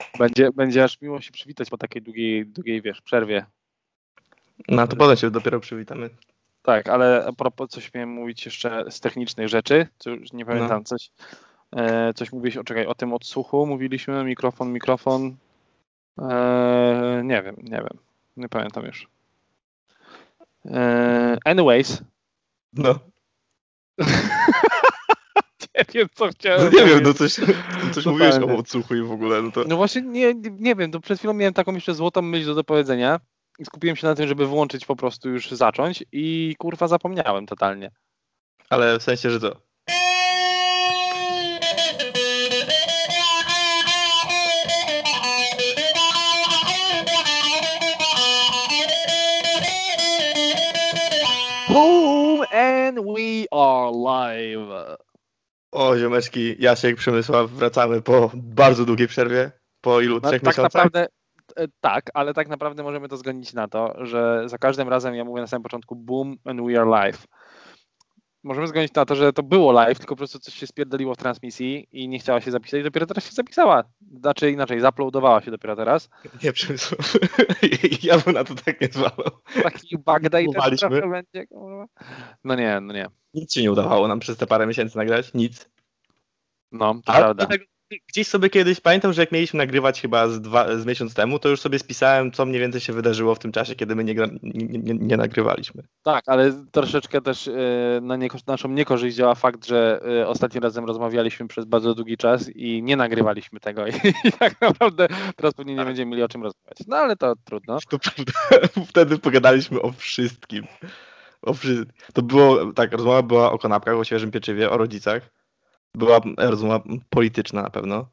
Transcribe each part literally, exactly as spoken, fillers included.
Będzie, będzie aż miło się przywitać po takiej długiej, długiej, wiesz, przerwie. No to potem się dopiero przywitamy. Tak, ale a propos, coś miałem mówić jeszcze z technicznych rzeczy, co już nie pamiętam, No. coś, e, coś mówiłeś, o, czekaj, o tym odsłuchu mówiliśmy, mikrofon, mikrofon, e, nie wiem, nie wiem, nie pamiętam już. E, anyways. No. Nie wiem, co chciałem No nie powiedzieć. wiem, no coś, coś mówiłeś o odsłuchu i w ogóle. No, to... no właśnie, nie, nie wiem, to przed chwilą miałem taką jeszcze złotą myśl do dopowiedzenia i skupiłem się na tym, żeby włączyć po prostu już zacząć i kurwa zapomniałem totalnie. Ale w sensie, że co? Boom and we are live. O, ziomeczki, Jasiek, Przemysław, wracamy po bardzo długiej przerwie. Po ilu? No, Trzech tak miesiącach? naprawdę, e, tak, ale tak naprawdę możemy to zgodzić na to, że za każdym razem ja mówię na samym początku boom and we are live. Możemy zgodzić na to, że to było live, tylko po prostu coś się spierdoliło w transmisji i nie chciała się zapisać i dopiero teraz się zapisała. Znaczy inaczej, zauploadowała się dopiero teraz. Nie, Przemysław. Ja bym na to tak nie zwał. Taki bugday też Próbowaliśmy. trochę będzie. kurwa. No nie, no nie. Nic się nie udawało nam przez te parę miesięcy nagrać. Nic. No, to Ale prawda. dlatego gdzieś sobie kiedyś, pamiętam, że jak mieliśmy nagrywać chyba z, dwa, z miesiąc temu, to już sobie spisałem, co mniej więcej się wydarzyło w tym czasie, kiedy my nie, gra- nie, nie, nie nagrywaliśmy. Tak, ale troszeczkę też e, na nieko- naszą niekorzyść działa fakt, że e, ostatnim razem rozmawialiśmy przez bardzo długi czas i nie nagrywaliśmy tego i, i tak naprawdę teraz pewnie nie Tak. będziemy mieli o czym rozmawiać. No ale to trudno. To prawda. Wtedy pogadaliśmy o wszystkim. O wszystkim. To było, tak, rozmowa była o kanapkach, o świeżym pieczywie, o rodzicach. Była rozmowa polityczna na pewno.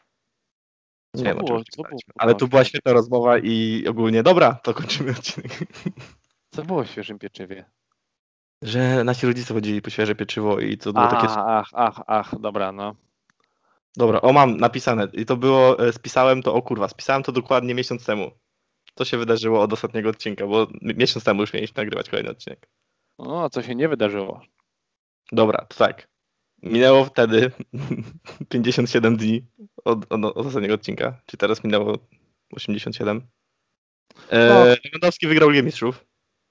Nie Co wiem, o czym było, jeszcze co było, gadaliśmy. Ale to była świetna rozmowa i ogólnie, dobra, to kończymy odcinek. co było w świeżym pieczywie? Że nasi rodzice chodzili po świeże pieczywo i to było Ach, takie... ach, ach, ach, dobra, no. Dobra, o mam napisane i to było, e, spisałem to, o kurwa, spisałem to dokładnie miesiąc temu. Co się wydarzyło od ostatniego odcinka, bo mi- miesiąc temu już mieliśmy nagrywać kolejny odcinek. O, co się nie wydarzyło. Dobra, to tak. Minęło wtedy pięćdziesiąt siedem dni od, od, od ostatniego odcinka, czyli teraz minęło osiemdziesiąt siedem. E, No. Lewandowski wygrał Ligę Mistrzów.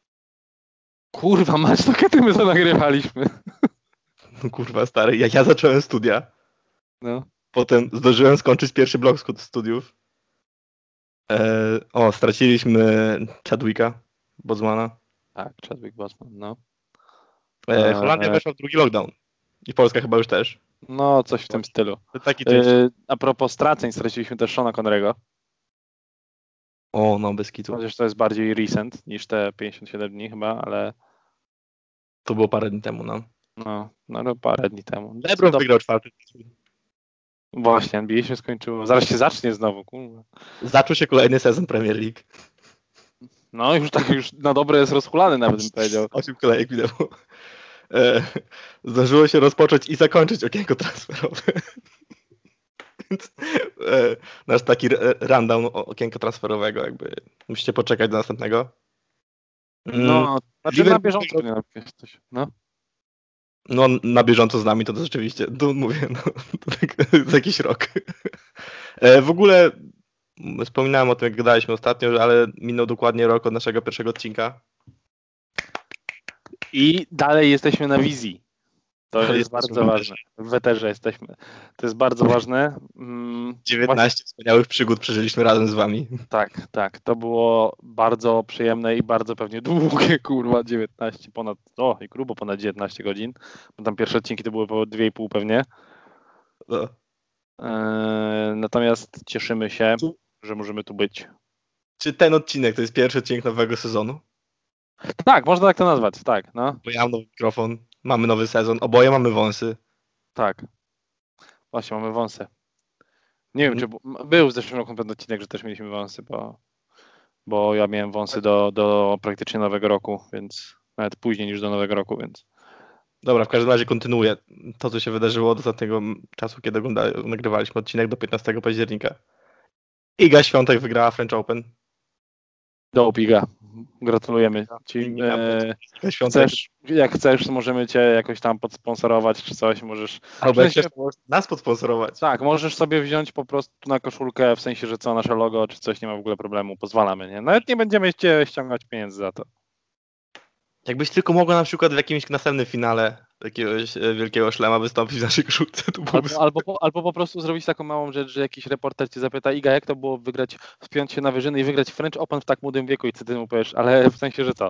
Kurwa, mać, to kiedy my to nagrywaliśmy? No kurwa, stary, jak ja zacząłem studia, No. potem zdążyłem skończyć pierwszy blok sku- studiów. E, o, straciliśmy Chadwicka, Bosmana. Tak, Chadwick Boseman, no. E, Holandia E, weszła w drugi lockdown. I Polska chyba już też. No, coś w tym stylu. To taki część. E, a propos straceń, straciliśmy też Shona Connerego. O, no bez kitu. Chociaż to jest bardziej recent niż te pięćdziesiąt siedem dni chyba, ale To było parę dni temu, no. no, no, no parę dni temu. LeBron Do- wygrał czwarty. Właśnie, N B A się skończyło. Zaraz się zacznie znowu, kurwa. Zaczął się kolejny sezon Premier League. No już tak już na dobre jest rozhulany nawet bym powiedział. Osiem kolejek minęło. E, zdążyło się rozpocząć i zakończyć okienko transferowe. Więc e, nasz taki r- rundown o- okienka transferowego, jakby musicie poczekać do następnego. Mm, No, znaczy na Liverpool bieżąco wygrał- nie napisać coś. No. No na bieżąco z nami to, to rzeczywiście, to mówię, no, to tak, za jakiś rok. E, w ogóle m, wspominałem o tym, jak gadaliśmy ostatnio, ale minął dokładnie rok od naszego pierwszego odcinka. I dalej jesteśmy na wizji. To Ale jest jesteśmy bardzo w ważne. W weterze jesteśmy. To jest bardzo ważne. Mm, dziewiętnaście wspaniałych przygód przeżyliśmy razem z wami. Tak, tak. To było bardzo przyjemne i bardzo pewnie długie, kurwa, dziewiętnaście ponad, o i grubo ponad dziewiętnaście godzin, bo tam pierwsze odcinki to były po dwie i pół pewnie. No. Eee, natomiast cieszymy się, że możemy tu być. Czy ten odcinek to jest pierwszy odcinek nowego sezonu? Tak, można tak to nazwać, tak, no, Bo ja mam nowy mikrofon, mamy nowy sezon, oboje mamy wąsy. tak. Właśnie, mamy wąsy. Nie wiem, czy bu- był w zeszłym roku pewien odcinek, że też mieliśmy wąsy, bo, bo ja miałem wąsy do, do praktycznie nowego roku, więc nawet później niż do nowego roku, więc Dobra, w każdym razie kontynuuję to, co się wydarzyło od ostatniego czasu, kiedy ogląda- nagrywaliśmy odcinek do piętnastego października. Iga Świątek wygrała French Open. do Opiga. Gratulujemy ci. E, chcesz, jak chcesz, możemy cię jakoś tam podsponsorować czy coś, możesz... Albo jak chcesz, nas podsponsorować. Tak, możesz sobie wziąć po prostu na koszulkę, w sensie, że co, nasze logo czy coś, nie ma w ogóle problemu, pozwalamy, nie? Nawet nie będziemy cię ściągać pieniędzy za to. Jakbyś tylko mogła na przykład w jakimś następnym finale jakiegoś wielkiego szlema wystąpić w naszej koszulce, to byłoby albo, albo, po, albo po prostu zrobić taką małą rzecz, że jakiś reporter cię zapyta, Iga, jak to było wygrać, wspiąć się na wyżyny i wygrać French Open w tak młodym wieku i ty mu powiesz, ale w sensie, że co?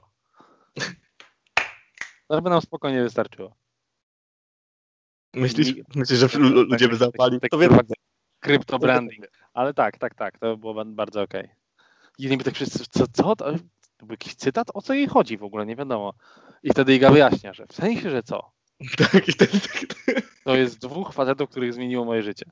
To by nam spokojnie wystarczyło. Myślisz, I, myślisz że ludzie by zapali? Tak, to wiem. Crypto branding. Ale tak, tak, tak, to było bardzo okej. Okay. I nie by tak wszyscy, co, co? To, to był jakiś cytat? O co jej chodzi w ogóle? Nie wiadomo. I wtedy Iga wyjaśnia, że w sensie, że co? Tak, i wtedy tak. To jest dwóch facetów, których zmieniło moje życie.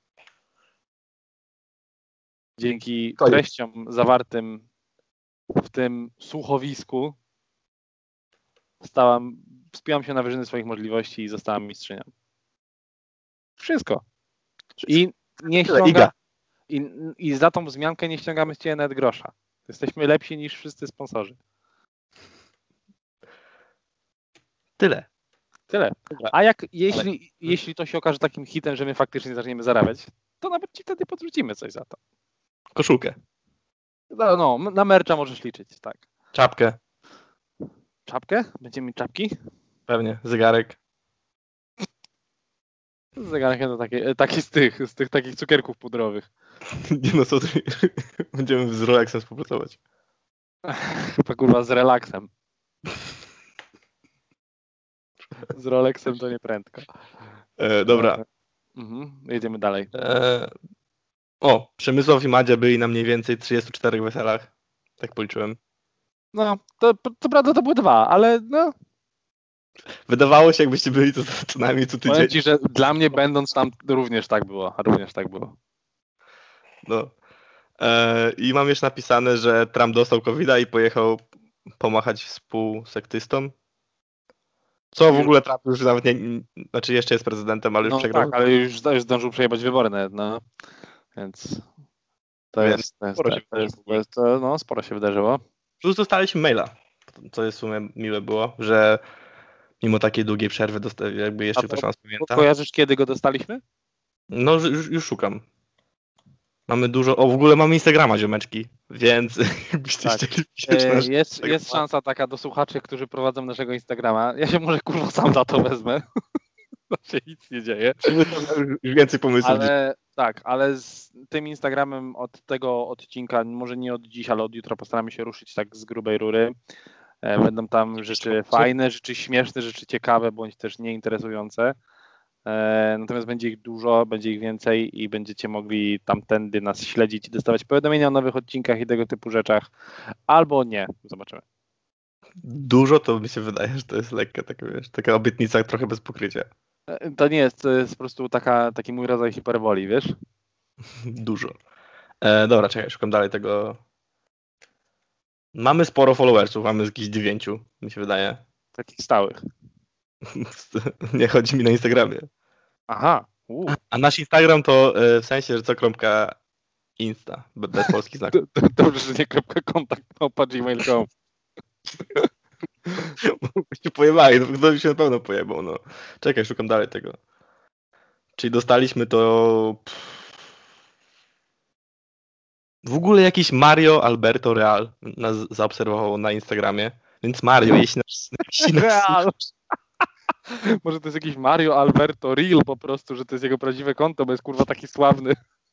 Dzięki Koniec. treściom zawartym w tym słuchowisku stałam, wspiąłam się na wyżyny swoich możliwości i zostałam mistrzynią. Wszystko. I nie ściąga, i, i za tą wzmiankę nie ściągamy z ciebie nawet grosza. Jesteśmy lepsi niż wszyscy sponsorzy. Tyle. Tyle. A jak jeśli, Ale... jeśli to się okaże takim hitem, że my faktycznie zaczniemy zarabiać, to nawet ci wtedy podrzucimy coś za to. Koszulkę. No, no na mercha możesz liczyć, tak. Czapkę. Czapkę? Będziemy mieć czapki? Pewnie. Zegarek. Zegarek to taki, taki z tych, z tych takich cukierków pudrowych. Nie no, co ty? Będziemy z relaksem współpracować. Chyba kurwa z relaksem. Z Rolexem to nie prędko. E, dobra. Mhm, jedziemy dalej. E, o, Przemysław i Madzia byli na mniej więcej trzydziestu czterech weselach. Tak policzyłem. No, to, to prawda to były dwa, ale no. Wydawało się, jakbyście byli to co najmniej co tydzień. Powiem ci, że dla mnie będąc tam również tak było. Również tak było. No. E, I mam jeszcze napisane, że Trump dostał kowida i pojechał pomachać współsektystom. Co w ogóle Trump już nawet nie, znaczy jeszcze jest prezydentem, ale już no, przegrał. Tak, ale już, już zdążył przejebać wybory nawet, no. Więc to Więc jest, to jest, sporo, to się jest, to jest to, no, sporo się wydarzyło. Plus dostaliśmy maila, co jest w sumie miłe było, że mimo takiej długiej przerwy dosta- jakby jeszcze ktoś nas pamięta. Kojarzysz, kiedy go dostaliśmy? No już, już szukam. Mamy dużo, o w ogóle mamy Instagrama, ziomeczki, więc jakbyście tak. chcieli pisać e, nasz jest, jest szansa taka do słuchaczy, którzy prowadzą naszego Instagrama. Ja się może kurwa sam za to wezmę. To się nic nie dzieje. Już więcej pomysłów. Ale tak, ale z tym Instagramem od tego odcinka, może nie od dziś, ale od jutra postaramy się ruszyć tak z grubej rury. Będą tam rzeczy fajne, rzeczy śmieszne, rzeczy ciekawe, bądź też nieinteresujące. Natomiast będzie ich dużo, będzie ich więcej i będziecie mogli tamtędy nas śledzić i dostawać powiadomienia o nowych odcinkach i tego typu rzeczach. Albo nie, zobaczymy. Dużo to mi się wydaje, że to jest lekka taka, wiesz, taka obietnica trochę bez pokrycia. To nie jest, to jest po prostu taka, taki mój rodzaj hiperboli, wiesz? Dużo. E, dobra, czekaj, szukam dalej tego. Mamy sporo followersów, mamy jakieś dziewięciu, mi się wydaje. Takich stałych. Nie chodzi mi na Instagramie. Aha. Uh. A nasz Instagram to w sensie, że co kropka insta, bez polskich znaków. Dobrze, że nie kropka kontakt małpa gmail kropka com. się pojebali, to się na pewno pojebał, no. Czekaj, szukam dalej tego. Czyli dostaliśmy to... W ogóle jakiś Mario Alberto Real nas zaobserwował na Instagramie, więc Mario, jeśli nas... Jeśli nas Real! Może to jest jakiś Mario Alberto Real po prostu, że to jest jego prawdziwe konto, bo jest kurwa taki sławny.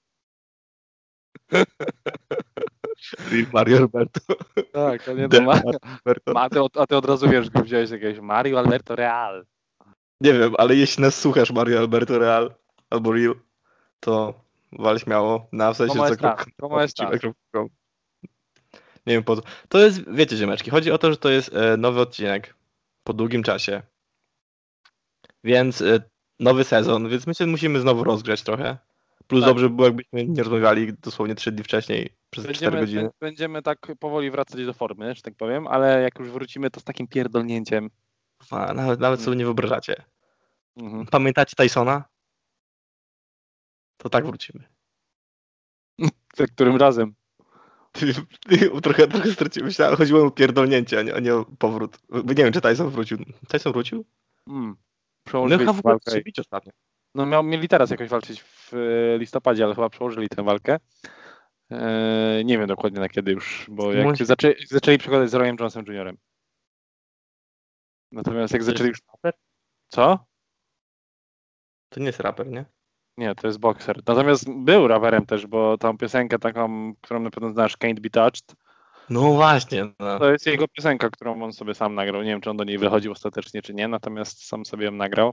Real Mario Alberto. Tak, to nie to Mario Alberto. A ty, od, a ty od razu wiesz, że wziąłeś jakiegoś Mario Alberto Real. Nie wiem, ale jeśli nas słuchasz Mario Alberto Real albo Real, to wal śmiało na w sensie co. Nie wiem po co. To jest, wiecie ziomeczki, chodzi o to, że to jest e, nowy odcinek po długim czasie. Więc e, nowy sezon, więc my się musimy znowu rozgrzać trochę. Plus tak. Dobrze by było, jakbyśmy nie rozmawiali dosłownie trzy dni wcześniej przez będziemy, cztery godziny. Będziemy tak powoli wracać do formy, że tak powiem, ale jak już wrócimy, to z takim pierdolnięciem. A, nawet, nawet sobie nie wyobrażacie. Mhm. Pamiętacie Tysona? To tak wrócimy. Za którym razem? Ty, ty, trochę, trochę straciłem. Myślałem, chodziło o pierdolnięcie, a nie, a nie o powrót. Bo nie wiem, czy Tyson wrócił. Tyson wrócił? Mm. No Przełożyli chyba w ogóle walkę. się bić ostatnio. No miał, mieli teraz jakoś walczyć w e, listopadzie, ale chyba przełożyli tę walkę. E, nie wiem dokładnie na kiedy już, bo jak Bądź- zaczę, zaczęli przygodę z Royem Jonesem juniorem. Natomiast jak zaczęli już... raper? Co? To nie jest raper, nie? Nie, to jest bokser. Natomiast był raperem też, bo tą piosenkę taką, którą na pewno znasz, Can't Be Touched, No właśnie. No. to jest jego piosenka, którą on sobie sam nagrał. Nie wiem, czy on do niej wychodził ostatecznie, czy nie, natomiast sam sobie ją nagrał.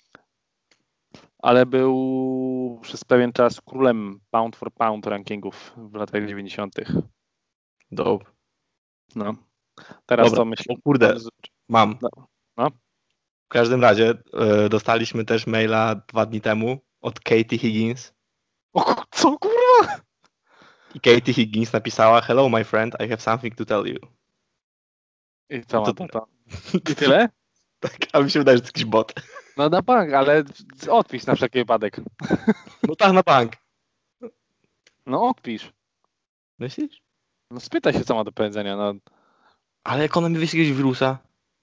Ale był przez pewien czas królem pound for pound rankingów w latach dziewięćdziesiątych. Dope. No. Teraz Dobra. to myślę... O kurde, mam. No. No. W każdym razie e, dostaliśmy też maila dwa dni temu od Katie Higgins. O, ku- co kurwa? I Katie Higgins napisała: Hello my friend, I have something to tell you. I co ma To- to, to? I tyle? Tak, a mi się wydaje, że to jakiś bot. No na bank, ale odpisz na wszelki wypadek. No tak, na bank. No odpisz. Myślisz? No spytaj się, co ma do powiedzenia. No, Ale jak ona mi wyśle jakiegoś wirusa?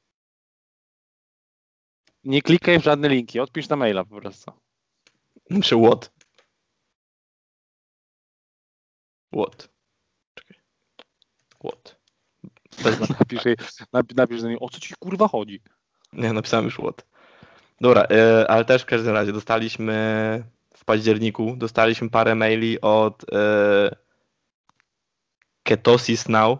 nie klikaj w żadne linki, odpisz na maila po prostu. Muszę what? What? Czekaj. What? Bez na... Napisz, jej- napi- napisz do niej, o co ci kurwa chodzi. Nie, napisałem już what. Dobra, e, ale też w każdym razie dostaliśmy w październiku, dostaliśmy parę maili od e, Ketosis Now.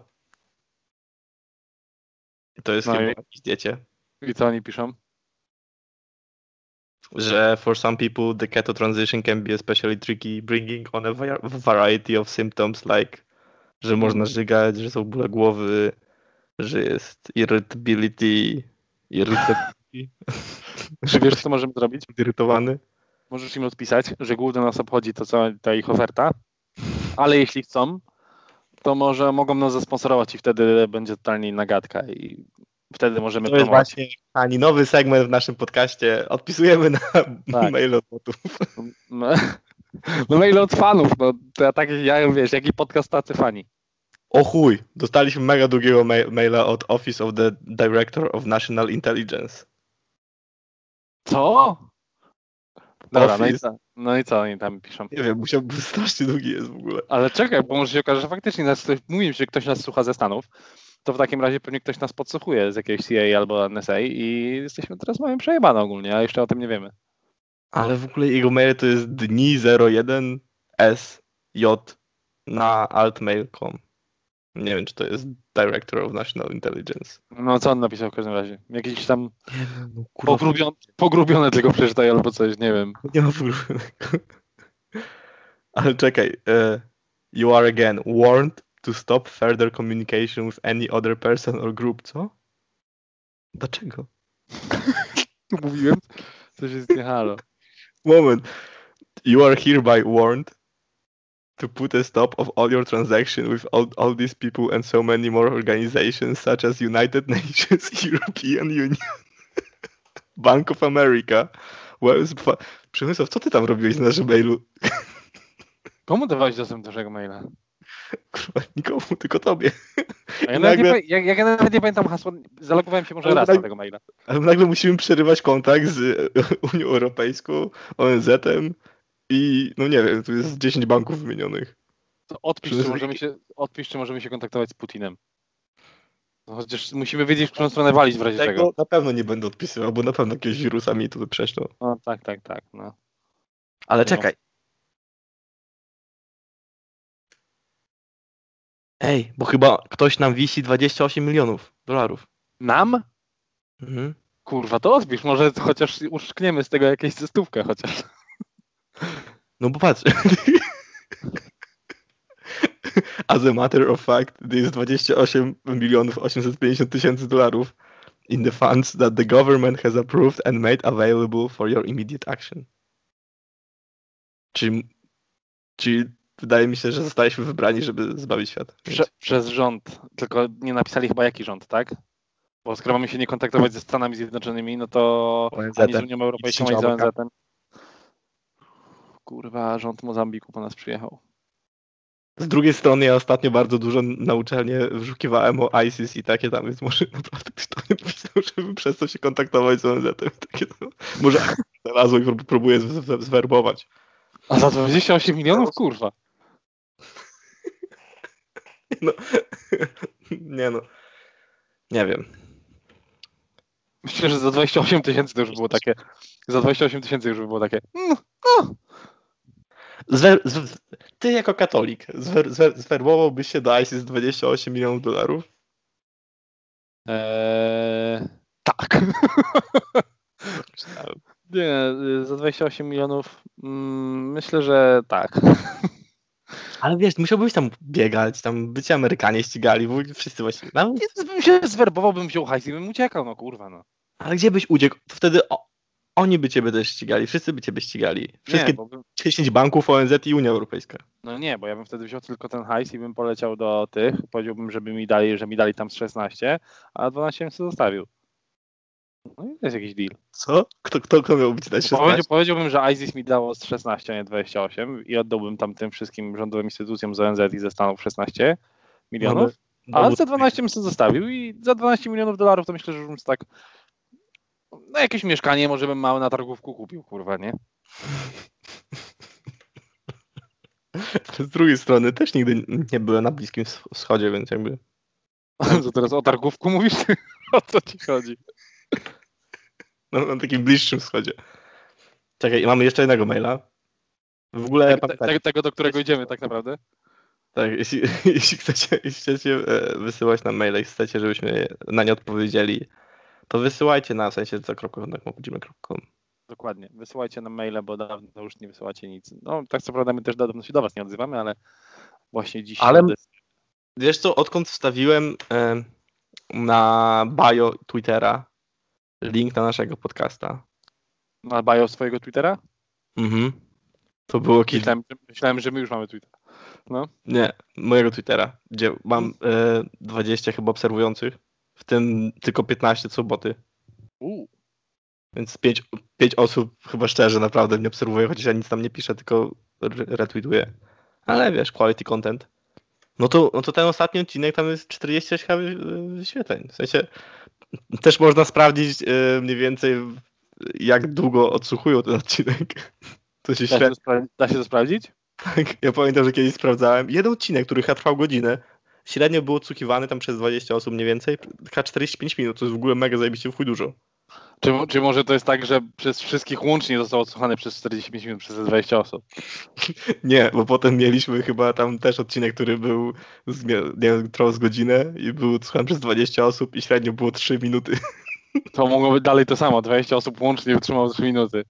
To jest No chyba i- jakieś diecie. I co oni piszą? Że for some people the keto transition can be especially tricky, bringing on a var- variety of symptoms like, że można żygać, że są bóle głowy, że jest irritability, irritability, Czy wiesz, co możemy zrobić? irytowany. Możesz im odpisać, że głównie nas obchodzi to, co ta ich oferta, ale jeśli chcą, to może mogą nas zasponsorować i wtedy będzie totalnie inna gadka i wtedy możemy To jest promować. właśnie ani nowy segment w naszym podcaście. Odpisujemy na Tak. maile od botów. No, no maile od fanów, no to ja tak, ja wiesz, jaki podcast tacy fani. O chuj, dostaliśmy mega długiego ma- maila od Office of the Director of National Intelligence. Co? Dobra, no i Office. co? No i co oni tam piszą? Nie wiem, musiałby strasznie długi jest w ogóle. Ale czekaj, bo może się okaże, że faktycznie nas ktoś, mówi mi, że ktoś nas słucha ze Stanów, to w takim razie pewnie ktoś nas podsłuchuje z jakiegoś C I A albo N S A i jesteśmy teraz mamy przejebane ogólnie, a jeszcze o tym nie wiemy. Ale w ogóle jego mail to jest dni zero jeden S J na altmail kropka com. Nie wiem, czy to jest Director of National Intelligence. No co on napisał w każdym razie? Jakiś tam No, pogrubione, pogrubione tylko przeczytaj albo coś, nie wiem. nie ma pogrubionego. Ale czekaj. e, You are again warned to stop further communication with any other person or group. Co? Dlaczego? Mówiłem? Coś jest nie halo. Moment. You are hereby warned to put a stop of all your transactions with all, all these people and so many more organizations such as United Nations, European Union, Bank of America, Wells Fa- Przemysław, co ty tam robiłeś na naszym mailu? Komu dawałeś dostęp do naszego maila? Kurwa, nikomu, tylko tobie. A ja, I nawet nagle- nie, pa- ja, ja nawet nie pamiętam hasła, zalogowałem się może Ale raz tak- na tego maila. Ale nagle musimy przerywać kontakt z Unią Europejską, O N Z-em i no nie wiem, tu jest dziesięć banków wymienionych. To odpisz, czy Przecież- możemy się, odpisz, czy możemy się kontaktować z Putinem. No, chociaż musimy wiedzieć, w którą stronę walić w razie czego. Tego na pewno nie będę odpisywał, bo na pewno jakiegoś wirusa mi tu prześlą. No tak, tak, tak. No. Ale No. czekaj. Ej, bo chyba ktoś nam wisi dwadzieścia osiem milionów dolarów. Nam? Mhm. Kurwa, to odpisz, może chociaż uszczkniemy z tego jakieś stówkę chociaż. No bo patrz. As a matter of fact, to jest dwadzieścia osiem milionów osiemset pięćdziesiąt tysięcy dolarów in the funds that the government has approved and made available for your immediate action. Czyli, czyli wydaje mi się, że zostaliśmy wybrani, żeby zbawić świat. Prze, przez rząd, tylko nie napisali chyba jaki rząd, tak? Bo skoro mamy się nie kontaktować ze Stanami Zjednoczonymi, no to O N Z-em. ani z Unią Europejską, ani z O N Z-em. Kurwa, rząd Mozambiku po nas przyjechał. Z drugiej strony ja ostatnio bardzo dużo na uczelnię wyszukiwałem o ISIS i takie tam, więc może naprawdę ktoś to nie pisał, żeby przez to się kontaktować z O N Z-em. Takie to, może znalazło i próbuje zwerbować. A za dwadzieścia osiem milionów? Kurwa. No, nie no. Nie wiem. Myślę, że za dwadzieścia osiem tysięcy to już było takie. Za dwadzieścia osiem tysięcy już by było takie. No, no. Zwer, z, ty jako katolik zwer, zwer, zwerbowałbyś się do ISIS dwadzieścia osiem milionów dolarów? Eee, tak. Nie, za dwadzieścia osiem milionów mm, myślę, że tak. Ale wiesz, musiałbyś tam biegać, tam by cię Amerykanie ścigali, wszyscy właściwie. No, Bym się zwerbował, bym wziął hajs i bym uciekał, no kurwa, no. ale gdzie byś uciekł? To wtedy o, oni by ciebie też ścigali, wszyscy by ciebie ścigali. Wszystkie Nie, bo bym, dziesięć banków, O N Z i Unia Europejska. no nie, bo ja bym wtedy wziął tylko ten hajs i bym poleciał do tych, powiedziałbym, żeby mi dali, że mi dali tam z szesnaście, a dwanaście bym sobie zostawił. No i to jest jakiś deal. Co? Kto, kto, kto miał być dać szesnaście? Powiedział, powiedziałbym, że ISIS mi dało z szesnaście, a nie dwadzieścia osiem i oddałbym tam tym wszystkim rządowym instytucjom z O N Z i ze Stanów szesnaście milionów, No, a no, za dwanaście bym sobie zostawił i za dwanaście milionów dolarów to myślę, że już bym tak no jakieś mieszkanie może bym małe na targówku kupił, kurwa, nie? z drugiej strony też nigdy nie byłem na Bliskim Wschodzie, więc jakby... Co teraz o targówku mówisz? O co ci chodzi? No, na takim bliższym wschodzie. Czekaj, mamy jeszcze jednego maila. W ogóle... Te, te, tego, do którego idziemy tak naprawdę? Tak, jeśli, jeśli, chcecie, jeśli chcecie wysyłać nam maile i chcecie, żebyśmy na nie odpowiedzieli, to wysyłajcie na w sensie co kropka budzimy kropka com. Dokładnie. Wysyłajcie nam maile, bo dawno już nie wysyłacie nic. No tak co prawda my też dawno się do was nie odzywamy, ale właśnie dziś... Ale wiesz co, odkąd wstawiłem e, na bio Twittera link na naszego podcasta. Na bio swojego Twittera? Mhm. To było kilka... Myślałem, myślałem, że my już mamy Twittera. No. Nie, mojego Twittera, gdzie mam e, dwadzieścia chyba obserwujących, w tym tylko piętnaście co boty. U. Więc pięć, pięć osób chyba szczerze naprawdę mnie obserwuje, chociaż ja nic tam nie piszę, tylko retweetuję. Ale wiesz, quality content. No to, no to ten ostatni odcinek tam jest czterdzieści wyświetleń. W sensie też można sprawdzić yy, mniej więcej jak długo odsłuchują ten odcinek. To się da, średnio... się spra- da się to sprawdzić? Tak, ja pamiętam, że kiedyś sprawdzałem. Jeden odcinek, który trwał godzinę, średnio był odsłuchiwany tam przez dwadzieścia osób mniej więcej, taka czterdzieści pięć minut, to jest w ogóle mega zajebiście w chuj dużo. Czy, czy może to jest tak, że przez wszystkich łącznie zostało odsłuchane przez czterdzieści pięć minut przez dwadzieścia osób? Nie, bo potem mieliśmy chyba tam też odcinek, który był, nie wiem, trwał z godzinę i był odsłuchany przez dwadzieścia osób i średnio było trzy minuty. To mogło być dalej to samo, dwadzieścia osób łącznie wytrzymało trzy minuty.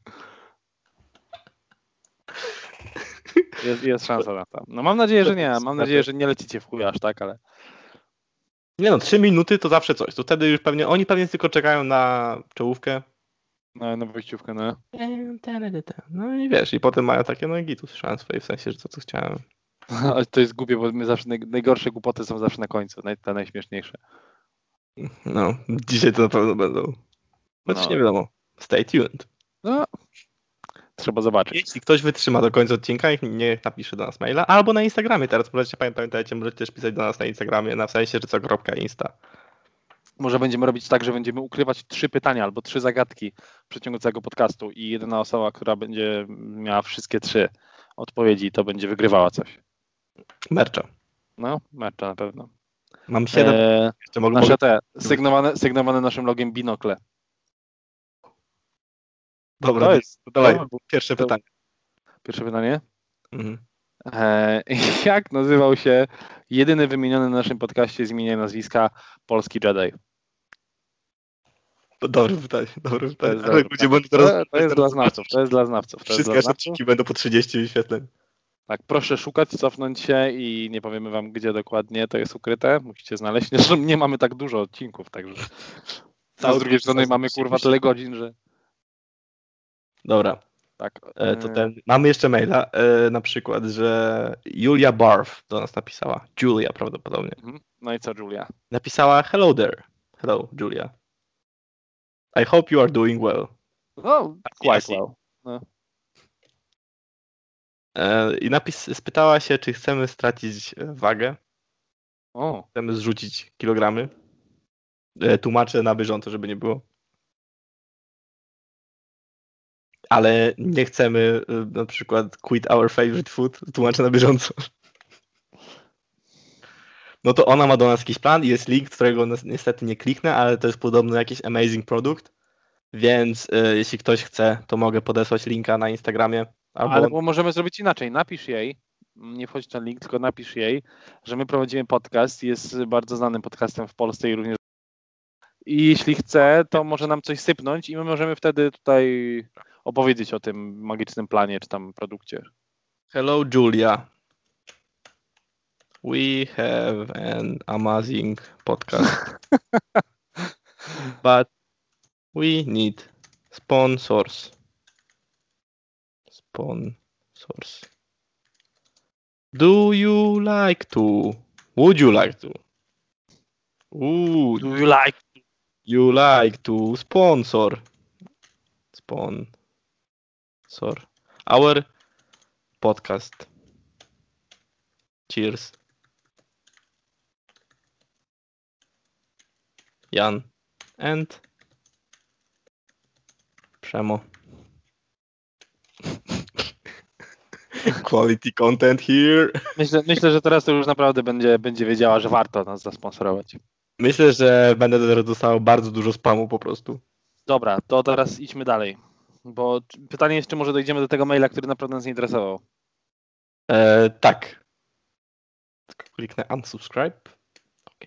Jest, jest szansa na to. No mam nadzieję, że nie. Mam nadzieję, że nie lecicie w chuj aż tak, ale... Nie no, trzy minuty to zawsze coś. To wtedy już pewnie, oni pewnie tylko czekają na czołówkę. No, na wyjściówkę, no. No i wiesz, i potem mają takie, no i gitu, słyszałem swoje, w sensie, że co tu chciałem. Ale to jest głupie, bo my zawsze, najgorsze głupoty są zawsze na końcu, naj, te najśmieszniejsze. No, dzisiaj to na pewno będą. Chociaż No. nie wiadomo. Stay tuned. No, trzeba zobaczyć. Jeśli ktoś wytrzyma do końca odcinka, niech, niech napisze do nas maila, albo na Instagramie. Teraz możecie, pamiętajcie, możecie też pisać do nas na Instagramie, na w sensie, że co kropka insta. Może będziemy robić tak, że będziemy ukrywać trzy pytania albo trzy zagadki w przeciągu całego podcastu i jedyna osoba, która będzie miała wszystkie trzy odpowiedzi, to będzie wygrywała coś. Mercza. No, mercza na pewno. Mam siedem. Eee, Jeszcze mogę, nasze mogę... te, sygnowane, sygnowane naszym logiem binokle. Dobra, To jest, dawaj, to- pierwsze to- pytanie. Pierwsze pytanie. Mhm. Eee, jak nazywał się jedyny wymieniony na naszym podcaście z imienia i nazwiska polski Jedi? To dobre pytanie, dobre pytanie. jest Ale dobre ludzie będą To, teraz... to jest dla znawców, to jest dla znawców. To jest Wszystkie dla nasze znawców. odcinki będą po trzydzieści wyświetleń. Tak, proszę szukać, cofnąć się i nie powiemy wam, gdzie dokładnie to jest ukryte. Musicie znaleźć. Zresztą nie mamy tak dużo odcinków, także a z drugiej strony mamy kurwa tyle godzin, że Dobra, tak. e, to e, ten... Mamy jeszcze maila, e, na przykład, że Julia Barf do nas napisała. Julia prawdopodobnie. mhm. No i co, Julia? Napisała hello there. Hello, Julia. I hope you are doing well. No, I quite see. well. No. I napis spytała się, czy chcemy stracić wagę. O. Chcemy zrzucić kilogramy. Tłumaczę na bieżąco, żeby nie było. Ale nie chcemy na przykład quit our favorite food. Tłumaczę na bieżąco. No to ona ma do nas jakiś plan i jest link, którego niestety nie kliknę, ale to jest podobno jakiś amazing produkt. Więc y, jeśli ktoś chce, to mogę podesłać linka na Instagramie. Albo... Ale bo możemy zrobić inaczej. Napisz jej, nie wchodź na link, tylko napisz jej, że my prowadzimy podcast, jest bardzo znanym podcastem w Polsce i również. I jeśli chce, to może nam coś sypnąć i my możemy wtedy tutaj opowiedzieć o tym magicznym planie czy tam produkcie. Hello Julia. We have an amazing podcast. But we need sponsors. Sponsors. Do you like to? Would you like to? Ooh, do you like? You like to sponsor? Sponsor our podcast. Cheers. Jan and Przemo. Quality content here. Myślę, myślę, że teraz to już naprawdę będzie, będzie wiedziała, że warto nas zasponsorować. Myślę, że będę teraz dostał bardzo dużo spamu po prostu. Dobra, to teraz idźmy dalej. Bo pytanie jest, czy może dojdziemy do tego maila, który naprawdę nas interesował. E, tak. Kliknę unsubscribe. Okay.